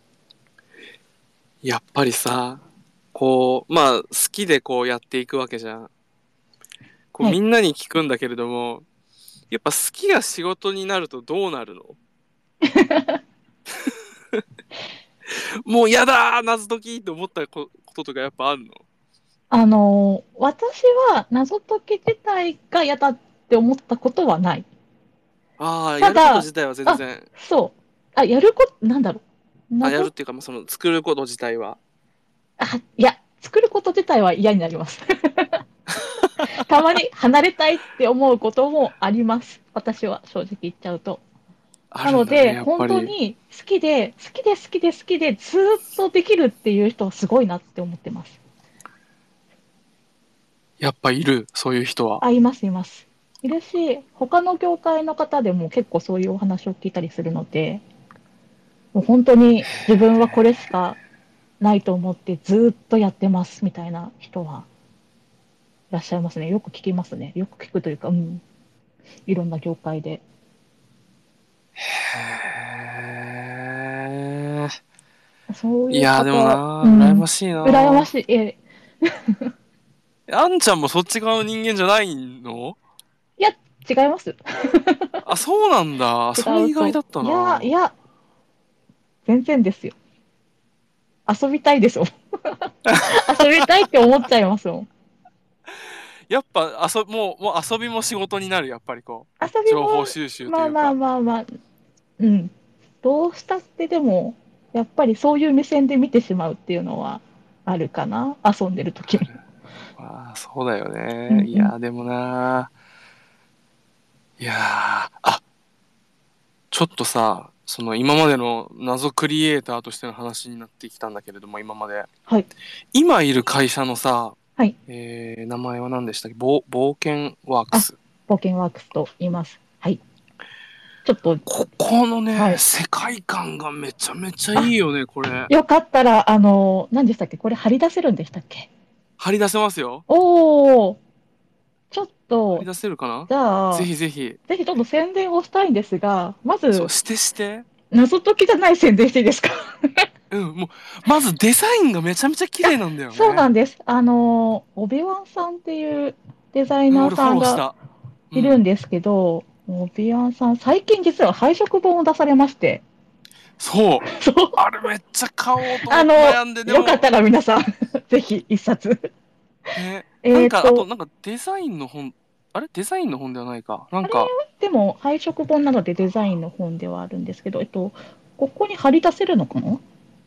[SPEAKER 1] やっぱりさ、こう、まあ、好きでこうやっていくわけじゃん。こう、
[SPEAKER 2] はい。
[SPEAKER 1] みんなに聞くんだけれども、やっぱ好きが仕事になるとどうなるの？もうやだー謎解きって思ったここととかやっぱあるの？
[SPEAKER 2] あの、私は謎解き自体が嫌だって思ったことはない。
[SPEAKER 1] ああ、やること
[SPEAKER 2] ただ、
[SPEAKER 1] 自体は全
[SPEAKER 2] あ、
[SPEAKER 1] 然、
[SPEAKER 2] そう。あ、やること、なんだろう。
[SPEAKER 1] あ、やる
[SPEAKER 2] 謎、
[SPEAKER 1] っていうか、まあ、その作ること自体は。
[SPEAKER 2] あ、いや、作ること自体は嫌になります。たまに離れたいって思うこともあります。私は正直言っちゃうと。
[SPEAKER 1] あるんだね、
[SPEAKER 2] なので、
[SPEAKER 1] やっ
[SPEAKER 2] 本
[SPEAKER 1] ぱり。
[SPEAKER 2] 当に好きで、好きで好きで好きでずーっとできるっていう人はすごいなって思ってます。
[SPEAKER 1] やっぱいる、そういう人は。
[SPEAKER 2] あ、います、います。いるし、他の業界の方でも結構そういうお話を聞いたりするので、もう本当に自分はこれしかないと思ってずーっとやってますみたいな人はいらっしゃいますね。よく聞きますね。よく聞くというか、うん、いろんな業界で。
[SPEAKER 1] へー。
[SPEAKER 2] そういう
[SPEAKER 1] いやーでも
[SPEAKER 2] 方、う
[SPEAKER 1] なー、羨
[SPEAKER 2] ん、
[SPEAKER 1] ましいな
[SPEAKER 2] 羨ましい。え、
[SPEAKER 1] ー。あんちゃんもそっち側の人間じゃないの？
[SPEAKER 2] いや、違います。
[SPEAKER 1] あ、そうなんだ。
[SPEAKER 2] 違
[SPEAKER 1] それ
[SPEAKER 2] うと。
[SPEAKER 1] 意外だった
[SPEAKER 2] いや、い
[SPEAKER 1] な。
[SPEAKER 2] や、全然ですよ。遊びたいですもん。遊びたいって思っちゃいますもん。
[SPEAKER 1] やっぱ遊もう、もう遊びも仕事になる、やっぱりこう。
[SPEAKER 2] 遊び
[SPEAKER 1] 情報
[SPEAKER 2] も、
[SPEAKER 1] 収集と
[SPEAKER 2] まあまあ
[SPEAKER 1] いうか。
[SPEAKER 2] まあまあ、うん。どうしたってでも、やっぱりそういう目線で見てしまうっていうのはあるかな。遊んでる時も。
[SPEAKER 1] まあ、そうだよね。
[SPEAKER 2] うんうん。
[SPEAKER 1] いやーでもなー。いやー、あ、ちょっとさ、その今までの謎クリエイターとしての話になってきたんだけれども、今まで。
[SPEAKER 2] はい。
[SPEAKER 1] 今いる会社のさ、
[SPEAKER 2] はい。
[SPEAKER 1] えー、名前は何でしたっけ？ぼ冒険ワーク
[SPEAKER 2] あ、
[SPEAKER 1] ス。
[SPEAKER 2] 冒険ワークスと言います。はい。ちょっと、
[SPEAKER 1] ここのね、
[SPEAKER 2] はい。
[SPEAKER 1] 世界観がめちゃめちゃい
[SPEAKER 2] あ、
[SPEAKER 1] いよね、これ。
[SPEAKER 2] よかったら、あの、何でしたっけこれ貼り出せるんでしたっけ？
[SPEAKER 1] 張り出せますよ。
[SPEAKER 2] おー、ちょっと、
[SPEAKER 1] 張り出せるかな？
[SPEAKER 2] じゃあ、
[SPEAKER 1] ぜひぜひ。
[SPEAKER 2] ぜひちょっと宣伝をしたいんですが、ま
[SPEAKER 1] そう、
[SPEAKER 2] ず、
[SPEAKER 1] してして。
[SPEAKER 2] 謎解きじゃない宣伝していいですか？
[SPEAKER 1] うん、もう、まずデザインがめちゃめちゃ綺
[SPEAKER 2] あ、
[SPEAKER 1] 麗なんだよ
[SPEAKER 2] そう
[SPEAKER 1] ね。
[SPEAKER 2] なんです。あの、オビワンさんっていうデザイ
[SPEAKER 1] うん、
[SPEAKER 2] ナー
[SPEAKER 1] 俺フォ
[SPEAKER 2] さんが
[SPEAKER 1] ローした。うん。
[SPEAKER 2] いるんですけど、オビワンさん、最近実は配色本を出されまして、
[SPEAKER 1] そう。
[SPEAKER 2] そう、
[SPEAKER 1] あれめっちゃ買おうと思
[SPEAKER 2] あの、
[SPEAKER 1] って悩んで、でも、
[SPEAKER 2] よかったら皆さん、ぜひ一冊。
[SPEAKER 1] ね、なんか、あと、
[SPEAKER 2] えっと、
[SPEAKER 1] なんかデザインの本、あれデザインの本ではないか。な
[SPEAKER 2] あれ、
[SPEAKER 1] んか、
[SPEAKER 2] でも配色本なのでデザインの本ではあるんですけど、えっと、ここに貼り出せるのかな？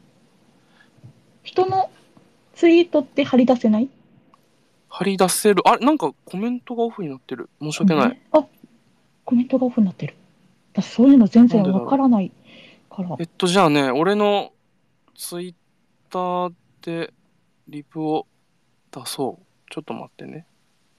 [SPEAKER 2] 人のツイートって貼り出せない？
[SPEAKER 1] 貼り出せる。あれなんかコメントがオフになってる。申し訳ない。
[SPEAKER 2] コメあ、コメントがオフになってる。私そういうの全然わ
[SPEAKER 1] なんでだろ
[SPEAKER 2] からないから。
[SPEAKER 1] う。えっと、じゃあね、俺のツイッターでリプを出そう。ちょっと待ってね。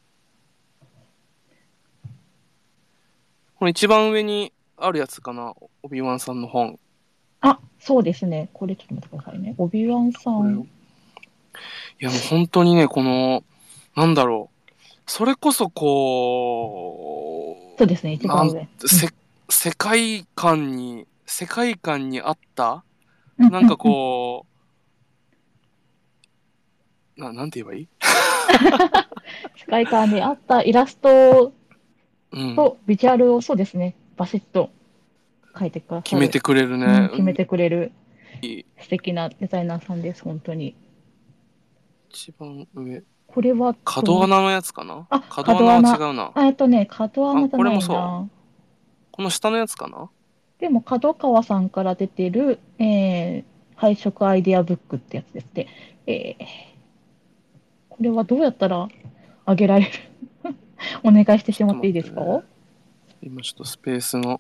[SPEAKER 1] この一番上にあるやつかな。オビワンさんの本。
[SPEAKER 2] あ、そうですね。これちょっと待ってくださいね。オビワンさん。
[SPEAKER 1] これを。いや、もう本当にね、この、なんだろう。それこそこ
[SPEAKER 2] そうですね。一
[SPEAKER 1] う、なん、
[SPEAKER 2] 番上。うん。
[SPEAKER 1] せ、世界観に、世界観に合った、
[SPEAKER 2] うん
[SPEAKER 1] なんか
[SPEAKER 2] うんうん。
[SPEAKER 1] こう、な、なんて言えばいい？
[SPEAKER 2] 世界観に合ったイラスト
[SPEAKER 1] うん。
[SPEAKER 2] とビジュアルをそうですね、バシッと描いてくださる。
[SPEAKER 1] 決めてくれる
[SPEAKER 2] うん、
[SPEAKER 1] ね。
[SPEAKER 2] 決め
[SPEAKER 1] うん。
[SPEAKER 2] てくれる素敵なデザイナーさんです、本当に。
[SPEAKER 1] 一番上。
[SPEAKER 2] これはどう、
[SPEAKER 1] 角穴のやつかな？
[SPEAKER 2] あ、
[SPEAKER 1] 角穴は違
[SPEAKER 2] 角穴。
[SPEAKER 1] うな。
[SPEAKER 2] あえっとね、角
[SPEAKER 1] あ、
[SPEAKER 2] 穴じゃな
[SPEAKER 1] これもそう。
[SPEAKER 2] いな。
[SPEAKER 1] この下のやつかな？
[SPEAKER 2] でも、角川さんから出てる、えー、配色アイデアブックってやつですね。えー、これはどうやったらあげられる？お願いして
[SPEAKER 1] ちょっと
[SPEAKER 2] しまっていいですか？
[SPEAKER 1] 待ってね。今ちょっとスペースの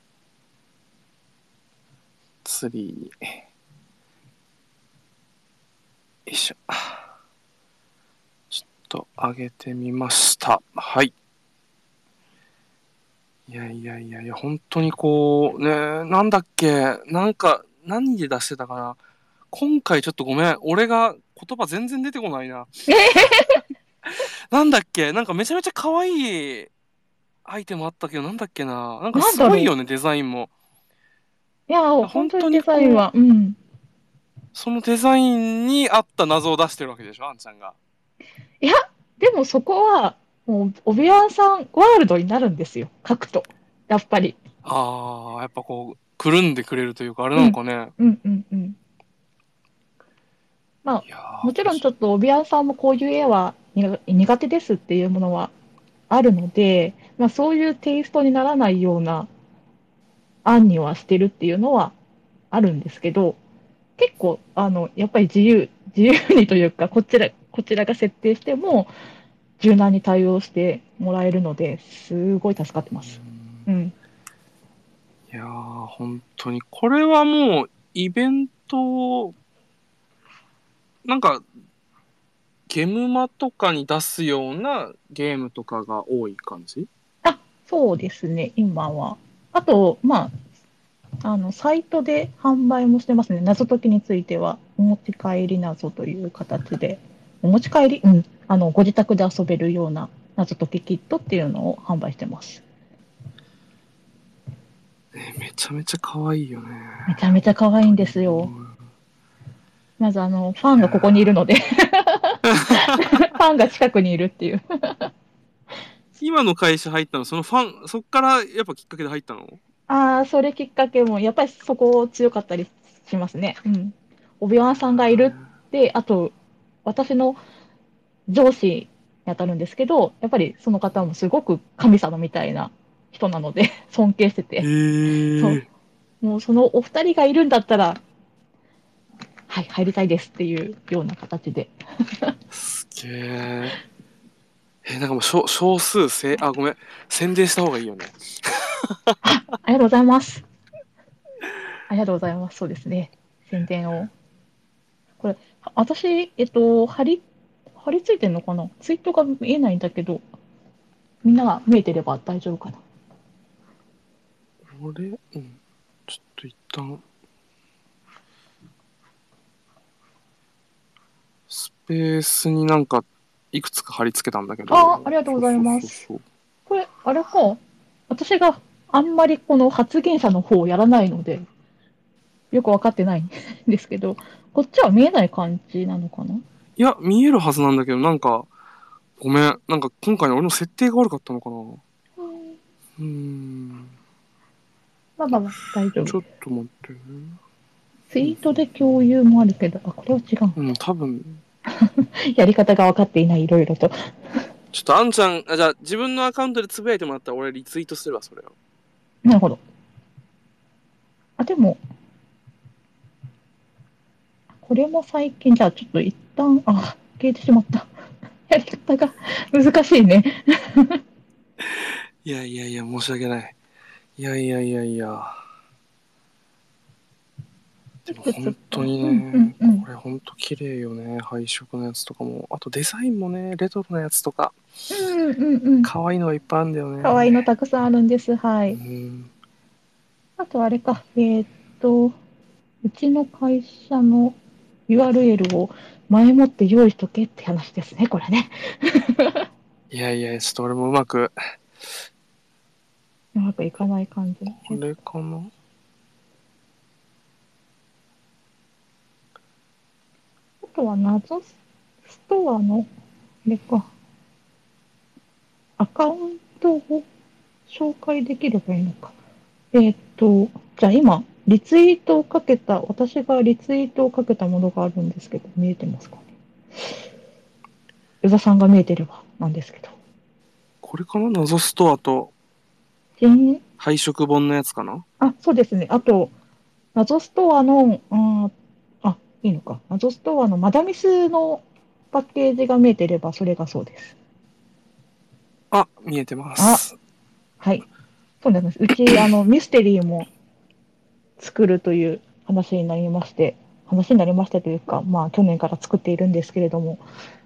[SPEAKER 1] ツリーに。よいしょ。ちょっと上げてみました。はい。いやいやいやいや、本当にこう、ね、なんだっけ、なんか、何で出してたかな。今回ちょっとごめん。俺が言葉全然出てこないな。なんだっけ、なんかめちゃめちゃ可愛いアイテムあったけど、なんだっけな。なんか
[SPEAKER 2] なんだろう。
[SPEAKER 1] すごいよね、デザインも。
[SPEAKER 2] いや、本当にデ
[SPEAKER 1] 本当にこう、
[SPEAKER 2] ザインは、うん。
[SPEAKER 1] そのデザインに合った謎を出してるわけでしょ、あんちゃんが。
[SPEAKER 2] いや、でもそこは、もう、オビワンさんワールドになるんですよ。書くと。やっぱり。
[SPEAKER 1] あー、やっぱこう、くるんでくれるというか、あれ
[SPEAKER 2] うん。
[SPEAKER 1] なのかね。
[SPEAKER 2] うんうんうん。まあ、
[SPEAKER 1] いやー、
[SPEAKER 2] もちろんちょっ
[SPEAKER 1] 確か
[SPEAKER 2] と、オビワンさんもこういう絵は苦苦手ですっていうものはあるので、まあ、そういうテイストにならないような案にはしてるっていうのはあるんですけど、結構、あの、やっぱり自由、自由にというか、こちら、こちらが設定しても、柔軟に対応してもらえるので、すごい助かってます。
[SPEAKER 1] に。
[SPEAKER 2] うん。
[SPEAKER 1] いやー、本当に。これはもう、イベント、なんか、ゲムマとかに出すようなゲームとかが多い感じ？
[SPEAKER 2] あ、そうですね、今は。あと、まあ、あの、サイトで販売もしてますね。謎解きについては、お持ち帰り謎という形で、お持ち帰りうん。あの、ご自宅で遊べるような謎解きキットっていうのを販売してます。
[SPEAKER 1] ね、めちゃめちゃ可愛いよね。
[SPEAKER 2] めちゃめちゃ可愛いんで
[SPEAKER 1] 本当に
[SPEAKER 2] すよ。
[SPEAKER 1] もう。
[SPEAKER 2] まず、あの、ファ
[SPEAKER 1] い
[SPEAKER 2] ンがここにいる
[SPEAKER 1] や
[SPEAKER 2] のでファンが近くにいるっていう。
[SPEAKER 1] 今の会社入ったの、そのファン、そっからやっぱきっかけで入ったの？
[SPEAKER 2] ああ、それきっかけも、やっぱりそこ強かったりしますね。うん。オビワンさんがいるって、あと、私の上司に当たるんですけど、やっぱりその方もすごく神様みたいな人なので、尊敬して
[SPEAKER 1] へ
[SPEAKER 2] て、そ
[SPEAKER 1] え。
[SPEAKER 2] う、もうそのお二人がいるんだったら、はい、入りたいですっていうような形で。
[SPEAKER 1] すげえ。え、なんかもう少少数せ、あ、ごめん。宣伝した方がいいよね。
[SPEAKER 2] ありがとうございます。ありがとうございます。そうですね。宣伝を。これ、私、えっと、貼り、貼り付いてんのかな？ツイートが見えないんだけど、みんなが見えてれば大丈夫かな？
[SPEAKER 1] 俺、うん。ちょっと一旦、スペースになんか、いくつか貼り付けたんだけど、
[SPEAKER 2] ああ、ありがとうござい
[SPEAKER 1] そうそう
[SPEAKER 2] ます。
[SPEAKER 1] そうそう。
[SPEAKER 2] これ、あれか。私があんまりこの発言者の方をやらないので、よくわかってないんですけど、こっちは見えない感じなのかな？
[SPEAKER 1] いや、見えるはずなんだけど、なんか、ごめん。なんか今回の俺の設定が悪かったのかな。
[SPEAKER 2] うん、
[SPEAKER 1] うーん。
[SPEAKER 2] まあまあまあ、大丈夫
[SPEAKER 1] ちょっ
[SPEAKER 2] です。
[SPEAKER 1] と待ってね。
[SPEAKER 2] ツイートで共有もあるけど、あ、これは違うのか。
[SPEAKER 1] うん、多分。
[SPEAKER 2] やり方が分かっていない、いろいろと。
[SPEAKER 1] ちょっとあんちゃん、あ、じゃあ自分のアカウントでつぶやいてもらったら俺リツイートするわ、それを。
[SPEAKER 2] なるほど。あ、でも、これも最近、じゃあちょっと一旦、あ、消えてしまった。やり方が難しいね。
[SPEAKER 1] いやいやいや、申し訳ない。いやいやいやいや。で
[SPEAKER 2] いくつ
[SPEAKER 1] も本当
[SPEAKER 2] か。
[SPEAKER 1] に
[SPEAKER 2] うんうん
[SPEAKER 1] ね、
[SPEAKER 2] うん。
[SPEAKER 1] これ本当綺麗よね。配色のやつとかも。あとデザインもね、レトロなやつとか。
[SPEAKER 2] うんうんうん。
[SPEAKER 1] 可愛いのがいっぱいあるんだよ
[SPEAKER 2] 可愛いの
[SPEAKER 1] ね。
[SPEAKER 2] たくさんあるんです。は
[SPEAKER 1] う
[SPEAKER 2] い。
[SPEAKER 1] ん。
[SPEAKER 2] あとあれか、えーっと、うちの会社の ユーアールエル を前もって用意しとけって話ですね、これね。
[SPEAKER 1] いやいや、ちょっと俺もうまく、
[SPEAKER 2] うまくいかない感じ。
[SPEAKER 1] これかな。
[SPEAKER 2] あとは謎ストアの、 れか、アカウントを紹介できればいいのか。えーっと、じゃあ今、リツイートをかけた、私がリツイートをかけたものがあるんですけど、見えてますかね。与田さんが見えてればなんですけど。
[SPEAKER 1] これかな、謎ストアと
[SPEAKER 2] 全
[SPEAKER 1] 配色本のやつかな。
[SPEAKER 2] あ、そうですね。あと、謎ストアの、うん、あ、いいのか。謎ストアのマダミスのパッケージが見えてれば、それがそうです。
[SPEAKER 1] あ、見えてま
[SPEAKER 2] あ、
[SPEAKER 1] す。
[SPEAKER 2] はい。そうなんです。うち、あの、ミステリーも作るという話になりまして、話になりましたというか、まあ、去年から作っているんですけれども、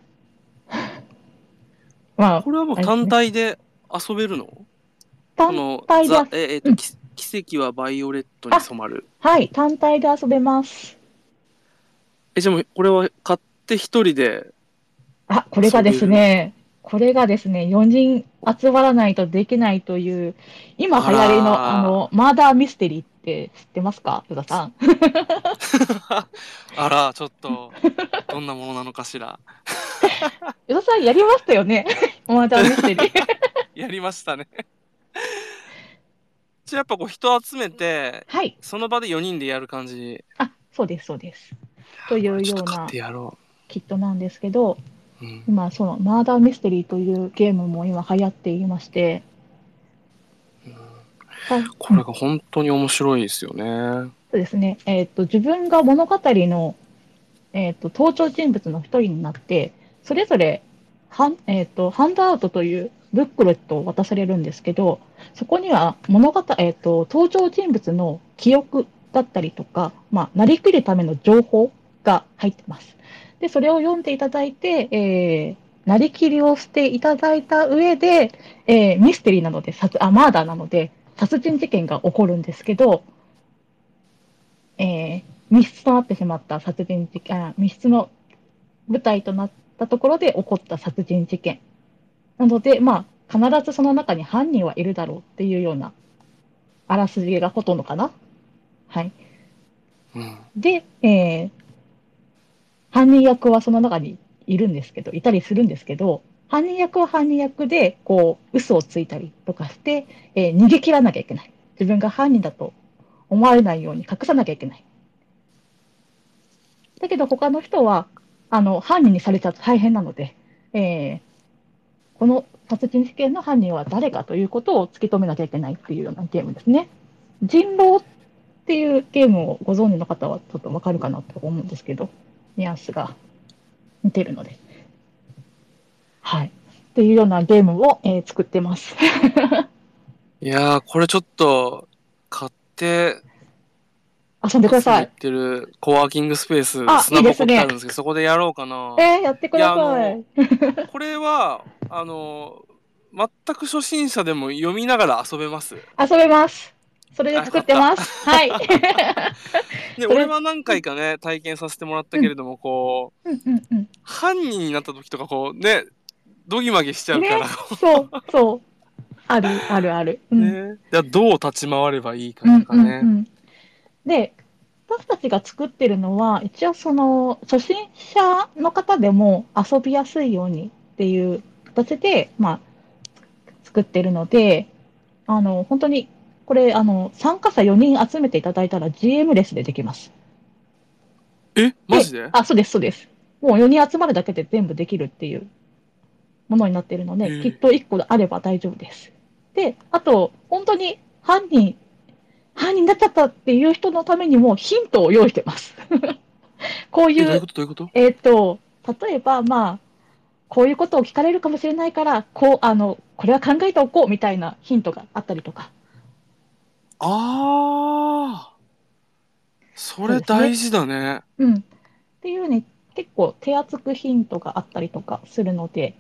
[SPEAKER 2] まあ、
[SPEAKER 1] これはもう単
[SPEAKER 2] あれですね。
[SPEAKER 1] 体で遊べるの？こ
[SPEAKER 2] 単
[SPEAKER 1] の、ザ、
[SPEAKER 2] 体であ、
[SPEAKER 1] え、えっと、
[SPEAKER 2] うん。
[SPEAKER 1] き奇跡はバイオレットに
[SPEAKER 2] あ、
[SPEAKER 1] 染まる。
[SPEAKER 2] はい。単体で遊べます。
[SPEAKER 1] え、じゃあもうこれは買って一人で
[SPEAKER 2] あ、これがです
[SPEAKER 1] 遊べる？
[SPEAKER 2] ね、これがですね、よにん集まらないとできないという、今
[SPEAKER 1] あ
[SPEAKER 2] 流行りの、あの、
[SPEAKER 1] ら
[SPEAKER 2] マーダーミステリーって知ってますか、宇田さん。
[SPEAKER 1] ー。あら、ちょっと、どんなものなのかしら。
[SPEAKER 2] 宇田さんやりましたよね。マーダーミステリー。
[SPEAKER 1] やりましたね。じゃあやっぱこう人集めて、
[SPEAKER 2] はい。
[SPEAKER 1] その場でよにんでやる感じ。
[SPEAKER 2] あ、そうです、そうです。という
[SPEAKER 1] これちょっと買っ
[SPEAKER 2] ような
[SPEAKER 1] てやろ
[SPEAKER 2] キットなんですけど、
[SPEAKER 1] う。うん。
[SPEAKER 2] 今、そのマーダーミステリーというゲームも今流行っていまして、さうん、
[SPEAKER 1] これが本当に面白いですよね。
[SPEAKER 2] そうですね、えっと、自分が物語のえっと、登場人物の一人になって、それぞれ、ハン、えっと、ハンドアウトというブックレットを渡されるんですけど、そこには物語、えっと、登場人物の記憶だったりとか、まあ、なりきるための情報が入ってます。で、それを読んでいただいて、えー、なりきりをしていただいた上で、えー、ミステリーなので、殺あ、マーダーなので、殺人事件が起こるんですけど、えー、密室となってしまった殺人事件、あ密室の舞台となったところで起こった殺人事件。なので、まあ、必ずその中に犯人はいるだろうっていうようなあらすじがほとんどかな。はい。
[SPEAKER 1] うん。
[SPEAKER 2] で、えー、犯人役はその中にいるんですけど、いたりするんですけど、犯人役は犯人役で、こう、嘘をついたりとかして、えー逃げ切らなきゃいけない。自分が犯人だと思われないように隠さなきゃいけない。だけど他の人は、あの、犯人にされちゃうと大変なので、えー、この殺人事件の犯人は誰かということを突き止めなきゃいけないっていうようなゲームですね。人狼っていうゲームをご存知の方はちょっとわかるかなと思うんですけど、ニュアンスが似てるので。はい。っていうようなゲームを、えー作ってます。
[SPEAKER 1] いやー、これちょっと、買って、
[SPEAKER 2] 遊んでください。
[SPEAKER 1] いつも行ってるコワーキングスペース、
[SPEAKER 2] あ、いい
[SPEAKER 1] 砂箱ってあ
[SPEAKER 2] ですね。
[SPEAKER 1] るんですけど、そこでやろうかな。
[SPEAKER 2] えー、やってく
[SPEAKER 1] いや、
[SPEAKER 2] だ
[SPEAKER 1] あの、
[SPEAKER 2] さい。
[SPEAKER 1] これは、あの、全く初心者でも読みながら遊べます。
[SPEAKER 2] 遊べます。それで
[SPEAKER 1] あ、よ
[SPEAKER 2] 作っ
[SPEAKER 1] かった。
[SPEAKER 2] てます。はい。
[SPEAKER 1] で、
[SPEAKER 2] それ、
[SPEAKER 1] 俺は何
[SPEAKER 2] うん、
[SPEAKER 1] 回かね、体験させてもらった
[SPEAKER 2] うん、
[SPEAKER 1] けれども、こう、
[SPEAKER 2] うん、うん、うん。
[SPEAKER 1] 犯人になった時とか、こう、ね、ドギマギしちゃうから、
[SPEAKER 2] ね、そう、そう。ある、ある、ある。うん。
[SPEAKER 1] ね。じゃあどう立ち回ればいいかと
[SPEAKER 2] うん、うん、う
[SPEAKER 1] かね。
[SPEAKER 2] ん。で、私たちが作ってるのは、一応その、初心者の方でも遊びやすいようにっていう形で、まあ、作ってるので、あの、本当に、これ、あの、参加者よにん集めていただいたら ジーエム レスでできます。
[SPEAKER 1] え、マ
[SPEAKER 2] で、
[SPEAKER 1] ジで？
[SPEAKER 2] あ、そうです、そうです。もうよにん集まるだけで全部できるっていうものになっているので、きっ
[SPEAKER 1] えー、
[SPEAKER 2] といっこあれば大丈夫です。で、あと、本当に犯人、犯人になっちゃったっていう人のためにもヒントを用意してます。こう
[SPEAKER 1] え、ど
[SPEAKER 2] いう、
[SPEAKER 1] ういうことどういうこと？
[SPEAKER 2] えっ、と、例えば、まあ、こういうことを聞かれるかもしれないから、こう、あの、これは考えておこうみたいなヒントがあったりとか。
[SPEAKER 1] あー、それ
[SPEAKER 2] そうですね。
[SPEAKER 1] 大事だね。
[SPEAKER 2] うん。っていうね、結構手厚くヒントがあったりとかするので、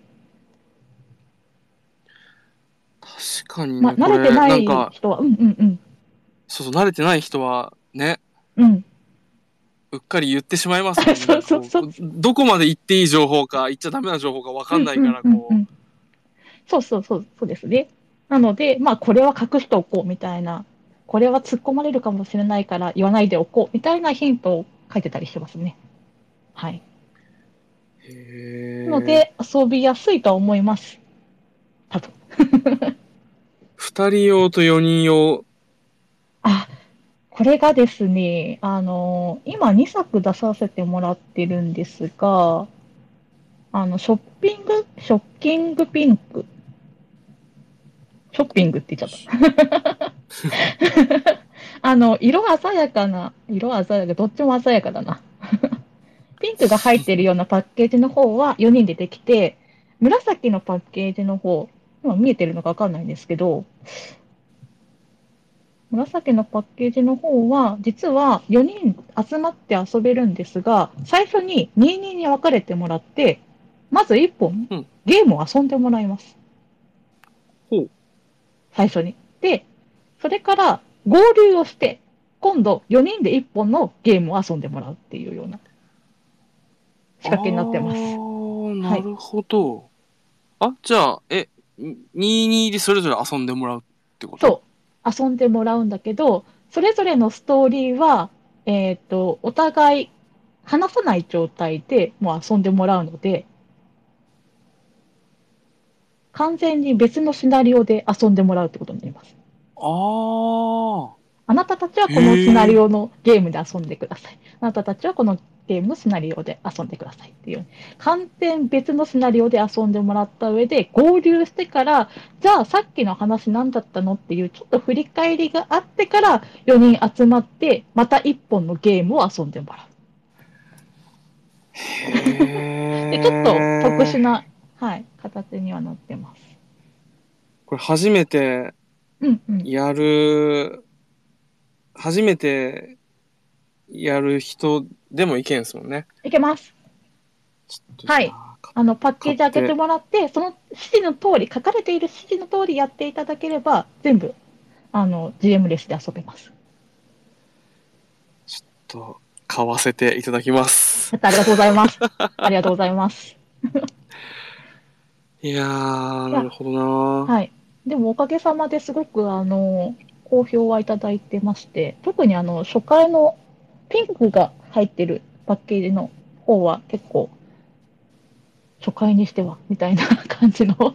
[SPEAKER 1] 確かに
[SPEAKER 2] まあ、
[SPEAKER 1] ね、これ、
[SPEAKER 2] 慣れてな
[SPEAKER 1] なんか、
[SPEAKER 2] い人は、うんうんうん。
[SPEAKER 1] そうそう、慣れてない人は、ね、
[SPEAKER 2] うん。
[SPEAKER 1] うっかり言ってしまいますもんね。
[SPEAKER 2] そう
[SPEAKER 1] なんかこう、
[SPEAKER 2] そうそう。
[SPEAKER 1] どこまで言っていい情報か、言っちゃダメな情報かわか
[SPEAKER 2] うんうん
[SPEAKER 1] んないから、こ
[SPEAKER 2] うんうん。そうそうそう、そうですね。なので、まあ、これは隠しておこうみたいな、これは突っ込まれるかもしれないから言わないでおこうみたいなヒントを書いてたりしますね。はい。
[SPEAKER 1] へえ。
[SPEAKER 2] ので、遊びやすいとは思います。多分。
[SPEAKER 1] 二人用と四人用。
[SPEAKER 2] あ、これがですね、あの、今にさく出させてもらってるんですが、あの、ショッピング、ショッキングピンク。ショッピングって言っちゃった。あの、色鮮やかな、色鮮やか、どっちも鮮やかだな。ピンクが入っているようなパッケージの方はよにんでできて、紫のパッケージの方、今見えてるのかわかんないんですけど、紫のパッケージの方は、実はよにん集まって遊べるんですが、最初にににんに分かれてもらって、まずいっぽん
[SPEAKER 1] うん。
[SPEAKER 2] ゲームを遊んでもらいます。
[SPEAKER 1] ほう。
[SPEAKER 2] 最初に。で、それから合流をして、今度よにんでいっぽんのゲームを遊んでもらうっていうような仕
[SPEAKER 1] あ
[SPEAKER 2] 掛けになってます。
[SPEAKER 1] ー、
[SPEAKER 2] はい。
[SPEAKER 1] なるほど。あ、じゃあ、え、ににでそれぞれ遊んでもらうってこと？
[SPEAKER 2] そう。遊んでもらうんだけど、それぞれのストーリーは、えっ、と、お互い話さない状態でもう遊んでもらうので、完全に別のシナリオで遊んでもらうってことになります。
[SPEAKER 1] あ
[SPEAKER 2] あなたたちは
[SPEAKER 1] ー、
[SPEAKER 2] このシナ
[SPEAKER 1] へえ。
[SPEAKER 2] リオのゲームで遊んでください。あなたたちはこのゲームのシナリオで遊んでくださいっていう、完全別のシナリオで遊んでもらった上で合流してから、じゃあさっきの話何だったのっていうちょっと振り返りがあってからよにん集まってまたいっぽんのゲームを遊んでもらう。で、ちょっと特
[SPEAKER 1] へえ。
[SPEAKER 2] 殊な、はい、形にはなってます。
[SPEAKER 1] これ初めて
[SPEAKER 2] うんうん。
[SPEAKER 1] やる、初めてやる人でもいけんすもんね。
[SPEAKER 2] いけます。
[SPEAKER 1] ちょっとじ
[SPEAKER 2] はい。
[SPEAKER 1] ゃあ、か
[SPEAKER 2] あの、パッケージ開けて
[SPEAKER 1] 買って、
[SPEAKER 2] もらって、その指示の通り、書かれている指示の通りやっていただければ、全部、あの、ジーエム レスで遊べます。
[SPEAKER 1] ちょっと買わせていただきます。
[SPEAKER 2] ありがとうございます。ありがとうございます。
[SPEAKER 1] いやー、
[SPEAKER 2] いや、
[SPEAKER 1] なるほどな
[SPEAKER 2] はい。でもおかげさまですごく、あの、好評はいただいてまして、特にあの、初回のピンクが入ってるパッケージの方は結構、初回にしては、みたいな感じの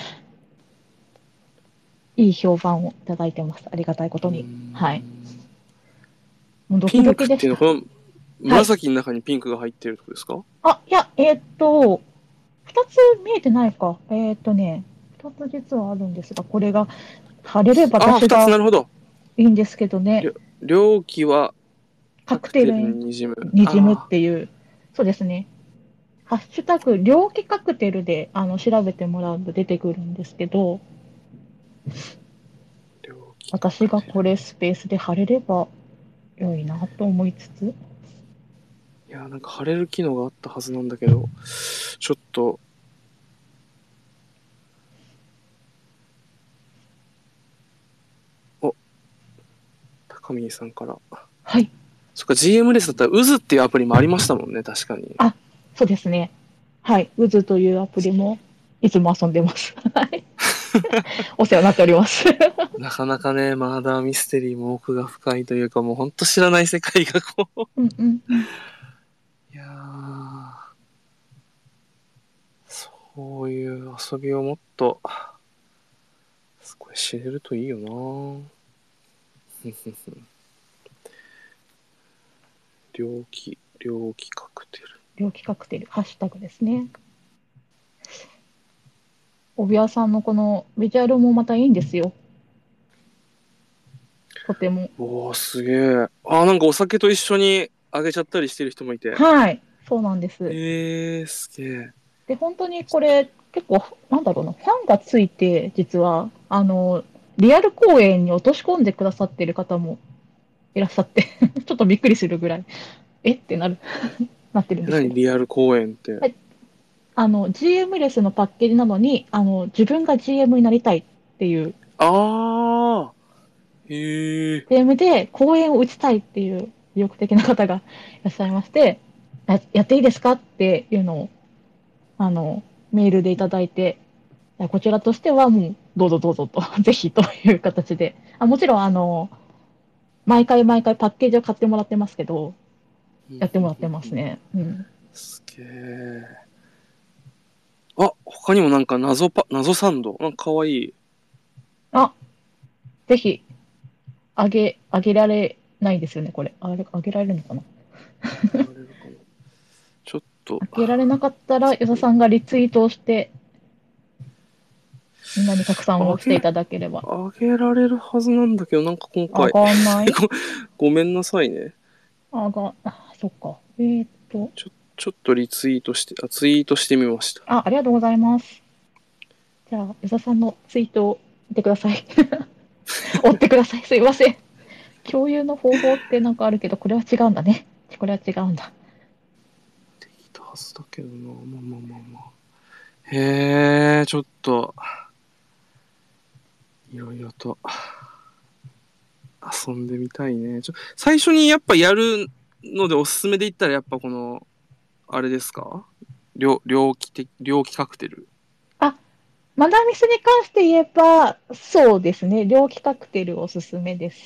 [SPEAKER 2] いい評判をいただいてます。ありがたいこ
[SPEAKER 1] うー
[SPEAKER 2] とに。はい。
[SPEAKER 1] ん。
[SPEAKER 2] もうドキド
[SPEAKER 1] ピンクっ
[SPEAKER 2] キでした。
[SPEAKER 1] ていうのは、この
[SPEAKER 2] はい。
[SPEAKER 1] 紫の中にピンクが入ってるってことですか？
[SPEAKER 2] あ、いや、えーっと、二つ見えてないか。えーっとね、二つ実はあるんですが、これが貼れれば
[SPEAKER 1] ああー、二つ、
[SPEAKER 2] 私が
[SPEAKER 1] なるほど。
[SPEAKER 2] いいんですけどね、
[SPEAKER 1] りょ両機は
[SPEAKER 2] カ
[SPEAKER 1] カクテル
[SPEAKER 2] クテル
[SPEAKER 1] に滲む。
[SPEAKER 2] にじむっ
[SPEAKER 1] ああ、
[SPEAKER 2] ていう、そうですね。ハッシュタグ、猟奇カクテルであの調べてもらうと出てくるんですけど、
[SPEAKER 1] 両機カ
[SPEAKER 2] 私が
[SPEAKER 1] クテル。
[SPEAKER 2] これスペースで貼れれば良いなと思いつつ、
[SPEAKER 1] いやー、なんか貼れる機能があったはずなんだけど、ちょっと、お、高見さんから。
[SPEAKER 2] はい。
[SPEAKER 1] そっか、ジーエム レスだったら、渦っていうアプリもありましたもんね、確かに。
[SPEAKER 2] あ、そうですね。はい。うずというアプリもいつも遊んでます。はい。お世話になっております。
[SPEAKER 1] なかなかね、マーダーミステリーも奥が深いというか、もうほんと知らない世界がこう。
[SPEAKER 2] うんうんうん。
[SPEAKER 1] いやー、そういう遊びをもっと、これ知れるといいよな猟奇、猟奇カクテル。
[SPEAKER 2] 猟奇カクテル、ハッシュタグですね。帯谷さんのこのビジュアルもまたいいんですよ。とても。
[SPEAKER 1] おー、すげえ。あー、なんかお酒と一緒にあげちゃったりしてる人もいて。
[SPEAKER 2] はい。そうなんです。
[SPEAKER 1] へえー、すげえ。
[SPEAKER 2] で、本当にこれ結構、なんだろうな、ファンがついて、実は、あの、リアル公演に落とし込んでくださっている方もいらっしゃってちょっとびっくりするぐらい、えってなる、なってるんですけど。
[SPEAKER 1] 何リアル公演って。
[SPEAKER 2] はい。あの、ジーエム レスのパッケージなのに、あの、自分が ジーエム になりたいっていう
[SPEAKER 1] あー、へえ。
[SPEAKER 2] ジーエム で公演を打ちたいっていう意欲的な方がいらっしゃいまして、ややっていいですかっていうのを、あの、メールでいただいて、こちらとしてはもう、どうぞどうぞと、ぜひという形で、あもちろん、あの、毎回毎回パッケージを買ってもらってますけど、
[SPEAKER 1] うん
[SPEAKER 2] やってもらって
[SPEAKER 1] うんうんうん。
[SPEAKER 2] ますね。うん。
[SPEAKER 1] すげえ。 あ、他にもなんか謎パ、謎サンド。なんかかわいい。
[SPEAKER 2] あ、ぜひ、あげ、あげられないですよね、これ。あれ、あげられるのかな。
[SPEAKER 1] あげられるかな。ちょっと、
[SPEAKER 2] あげられなかったら、よささんがリツイートをして、みんなに拡散
[SPEAKER 1] あげ、
[SPEAKER 2] をしていただければ。
[SPEAKER 1] あげられるはずなんだけど、なんか今回、
[SPEAKER 2] 上がんない
[SPEAKER 1] ご、ごめんなさいね。
[SPEAKER 2] 上が、あ、そっか。えーっと、
[SPEAKER 1] ちょ、ちょっとリツイートして、あ、ツイートしてみました。
[SPEAKER 2] あ、ありがとうございます。じゃあ、よささんのツイートを見てください。追ってください。すいません。共有の方法ってなんかあるけど、これは違うんだね。これは違うんだ。
[SPEAKER 1] できたはずだけどな。まあまあまあまあ。へえ、ちょっと、いろいろと遊んでみたいね。ちょ、最初にやっぱやるのでおすすめで言ったらやっぱこの、あれですか？猟、猟奇的、猟奇カクテル。
[SPEAKER 2] あ、マダミスに関して言えば、そうですね。猟奇カクテルおすすめです。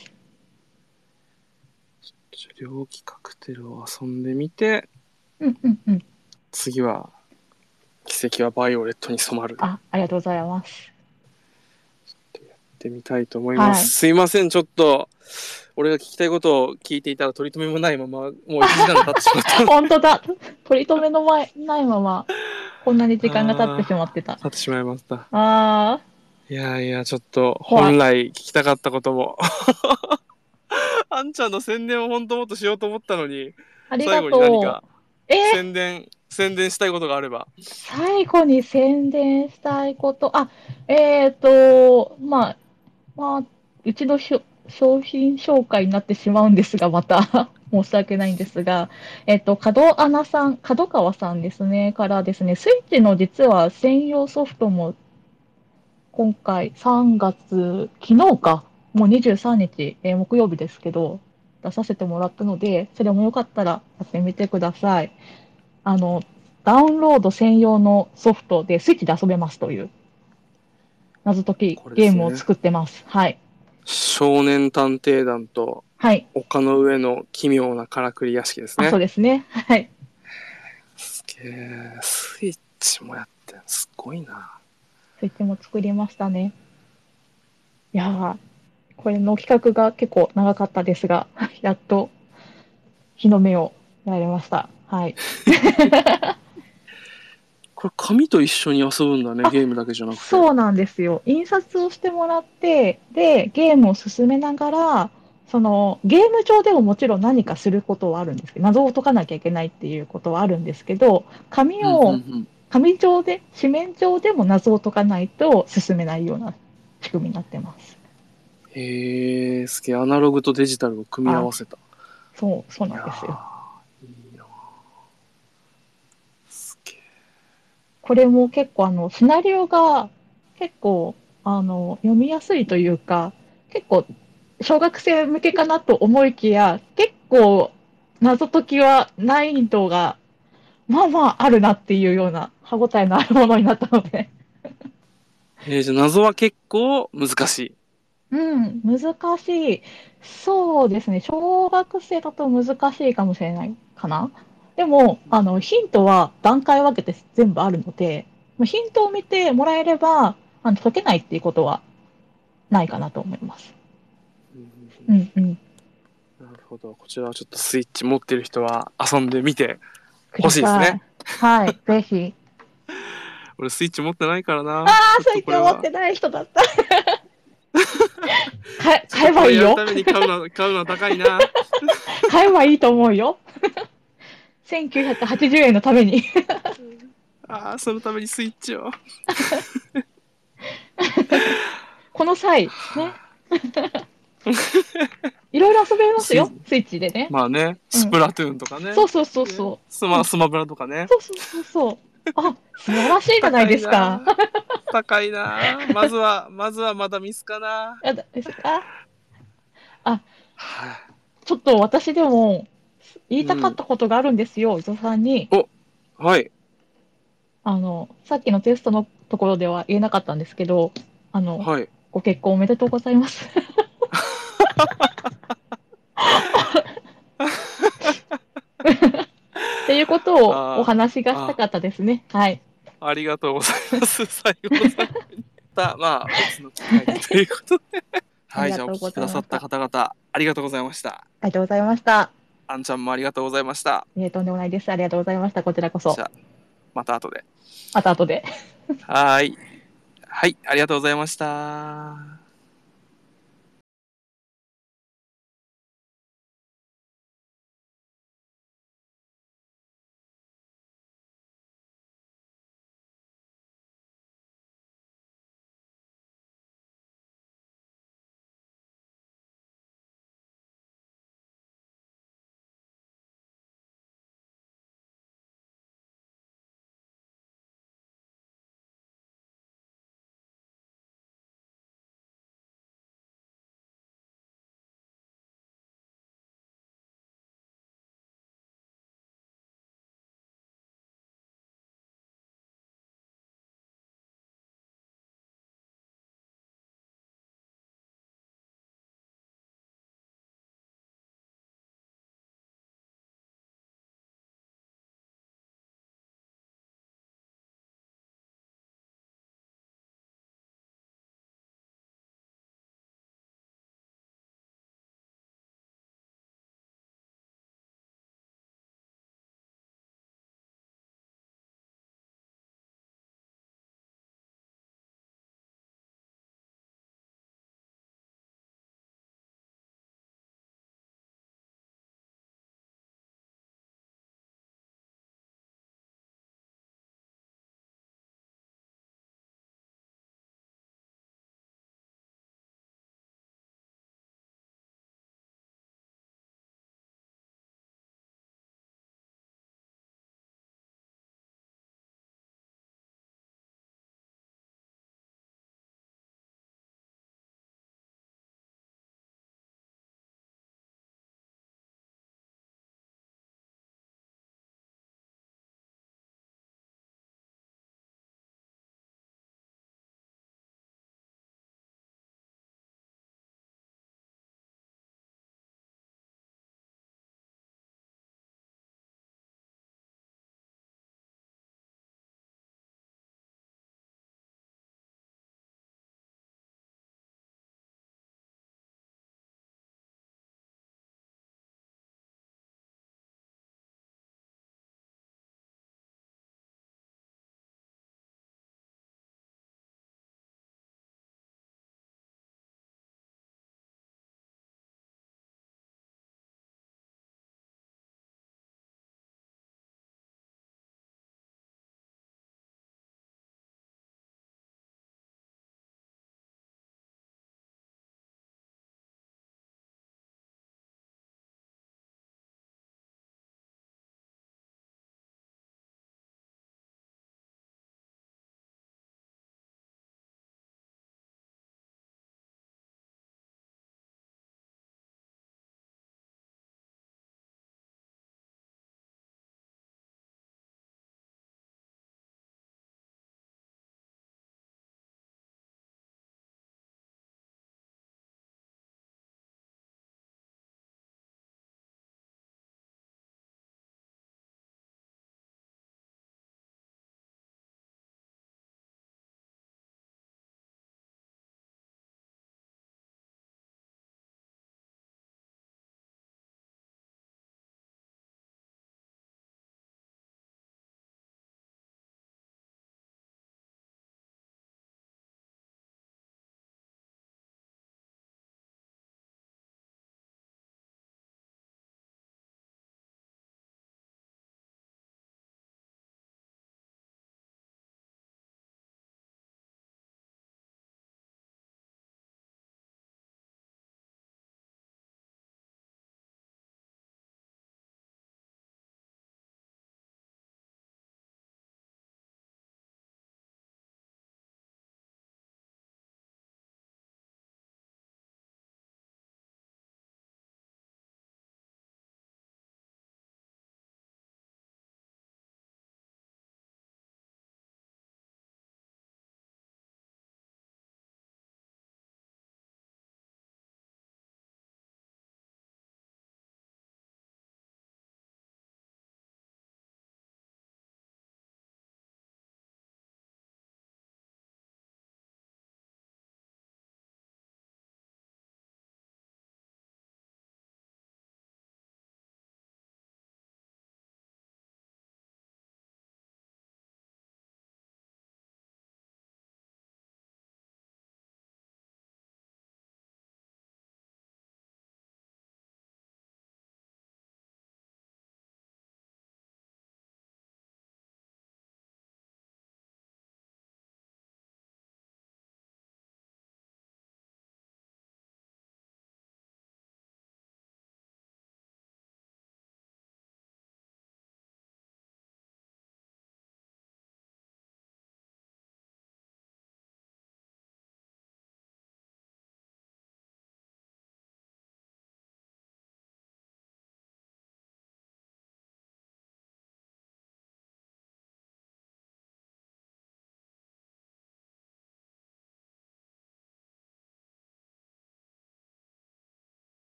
[SPEAKER 1] じゃあ猟奇カクテルを遊んでみて、
[SPEAKER 2] うんうんうん。
[SPEAKER 1] 次は、奇跡はバイオレットに染まるで。や
[SPEAKER 2] あ、ありがとうございます。
[SPEAKER 1] ってみたいと思いま
[SPEAKER 2] はい。
[SPEAKER 1] す。すいません、ちょっと、俺が聞きたいことを聞いていたら取り留めもないまま、もういちじかんが経ってしまったので。
[SPEAKER 2] 本当だ。取り留めの前ないまま、こんなに時間が経ってしまってた。
[SPEAKER 1] あー、経ってしまいました。
[SPEAKER 2] あ
[SPEAKER 1] いやいや、ちょっと、
[SPEAKER 2] ー、怖い。
[SPEAKER 1] 本来聞きたかったことも。あんちゃんの宣伝を本当もっとしようと思ったのに、
[SPEAKER 2] ありが
[SPEAKER 1] 最後に何か
[SPEAKER 2] とう。えー、
[SPEAKER 1] 宣伝、宣伝したいことがあれば。
[SPEAKER 2] 最後に宣伝したいこと、あ、えっと、まあ、まあ、うちのしょ商品紹介になってしまうんですが、また申し訳ないんですが、えっと、角穴さん、角川さんですね、からですね、スイッチの実は専用ソフトも今回さんがつ、昨日か、もうにじゅうさんにち、えー木曜日ですけど、出させてもらったので、それもよかったらやってみてください。あの、ダウンロード専用のソフトでスイッチで遊べますという謎解き
[SPEAKER 1] これで
[SPEAKER 2] ゲームを
[SPEAKER 1] すね。
[SPEAKER 2] 作ってます。はい。
[SPEAKER 1] 少年探偵団と
[SPEAKER 2] はい。
[SPEAKER 1] 丘の上の奇妙なからくり屋敷です
[SPEAKER 2] あ、そう
[SPEAKER 1] ね。
[SPEAKER 2] ですね。はい。
[SPEAKER 1] すげえ。スイッチもやってんすごいな。
[SPEAKER 2] スイッチも作りましたね。いやー、これの企画が結構長かったですが、やっと日の目をやれました。はい。
[SPEAKER 1] これ紙と一緒に遊ぶんだね。
[SPEAKER 2] あ、
[SPEAKER 1] ゲームだけじゃなくて。
[SPEAKER 2] そうなんですよ。印刷をしてもらって、で、ゲームを進めながら、そのゲーム上でももちろん何かすることはあるんですけど、謎を解かなきゃいけないっていうことはあるんですけど、紙
[SPEAKER 1] うんうんう
[SPEAKER 2] を、
[SPEAKER 1] ん。
[SPEAKER 2] 紙上で、紙面上でも謎を解かないと進めないような仕組みになってます。
[SPEAKER 1] へえ、すげえ。アナログとデジタルを組み合
[SPEAKER 2] あ、
[SPEAKER 1] わせた。
[SPEAKER 2] そう、そう
[SPEAKER 1] いや
[SPEAKER 2] なんですよ。
[SPEAKER 1] ー、いいな。すげえ。
[SPEAKER 2] これも結構あの、シナリオが結構あの、読みやすいというか、結構小学生向けかなと思いきや、結構謎解きは難易度がまあまああるなっていうような歯応えのあるものになったので、
[SPEAKER 1] えー、じゃあ謎は結構難しい。
[SPEAKER 2] うん、難しい。そうですね。小学生だと難しいかもしれないかな。でも、あの、ヒントは段階分けて全部あるので、ヒントを見てもらえれば、あの、解けないっていうことはないかなと思います。
[SPEAKER 1] うんうんうん、
[SPEAKER 2] うんうん。
[SPEAKER 1] なるほど。こちらはちょっとスイッチ持ってる人は遊んでみて
[SPEAKER 2] く
[SPEAKER 1] ほしいですね。
[SPEAKER 2] ださい。はい、ぜひ。
[SPEAKER 1] 俺スイッチ持ってないから
[SPEAKER 2] あ
[SPEAKER 1] な。
[SPEAKER 2] あ、
[SPEAKER 1] ちょっ
[SPEAKER 2] スイッ
[SPEAKER 1] とこれは。
[SPEAKER 2] チを持ってない人だった。買え、
[SPEAKER 1] ちょっ
[SPEAKER 2] 買え
[SPEAKER 1] とこれやる
[SPEAKER 2] ばいいよ。
[SPEAKER 1] ために買うの、買うのは高いな。
[SPEAKER 2] 買えばいいと思うよ。せんきゅうひゃくはちじゅうえんのために。
[SPEAKER 1] ああ、そのためにスイッチを。
[SPEAKER 2] この際、ね。いろいろ遊べますよ、
[SPEAKER 1] スイ
[SPEAKER 2] スイッチでね。
[SPEAKER 1] まあね、
[SPEAKER 2] うん。
[SPEAKER 1] スプラトゥーンとかね。
[SPEAKER 2] そうそうそう
[SPEAKER 1] ね、
[SPEAKER 2] そう。う
[SPEAKER 1] スマ、
[SPEAKER 2] ん。
[SPEAKER 1] スマブラとかね。
[SPEAKER 2] そうそうそうそう。あ、素晴らしいじゃない
[SPEAKER 1] 高い
[SPEAKER 2] ですか。
[SPEAKER 1] な。高いな。まずは、まずはまだミスかな。
[SPEAKER 2] やだですか。あ、
[SPEAKER 1] はい、
[SPEAKER 2] ちょっと私でも言いたかっ
[SPEAKER 1] うん。
[SPEAKER 2] たことがあるんですよ、伊藤さんに。
[SPEAKER 1] お、はい、
[SPEAKER 2] あの、さっきのテストのところでは言えなかったんですけど、あの、
[SPEAKER 1] はい。
[SPEAKER 2] ご結婚おめでとうございます。っていうことをお
[SPEAKER 1] あ
[SPEAKER 2] 話がした
[SPEAKER 1] あ、
[SPEAKER 2] かったですね。はい。
[SPEAKER 1] ありがとうございます。最後の最後に。また、まあ、別の機会にということで。はい、じゃあお聞きくださった方々、ありがとうございました。
[SPEAKER 2] ありがとうございました。
[SPEAKER 1] あんちゃんもありがとうございました。
[SPEAKER 2] えー、とんでもないです。ありがとうございました。こちらこそ。
[SPEAKER 1] じゃあ、また後で。
[SPEAKER 2] また後で。
[SPEAKER 1] はい。はい、ありがとうございました。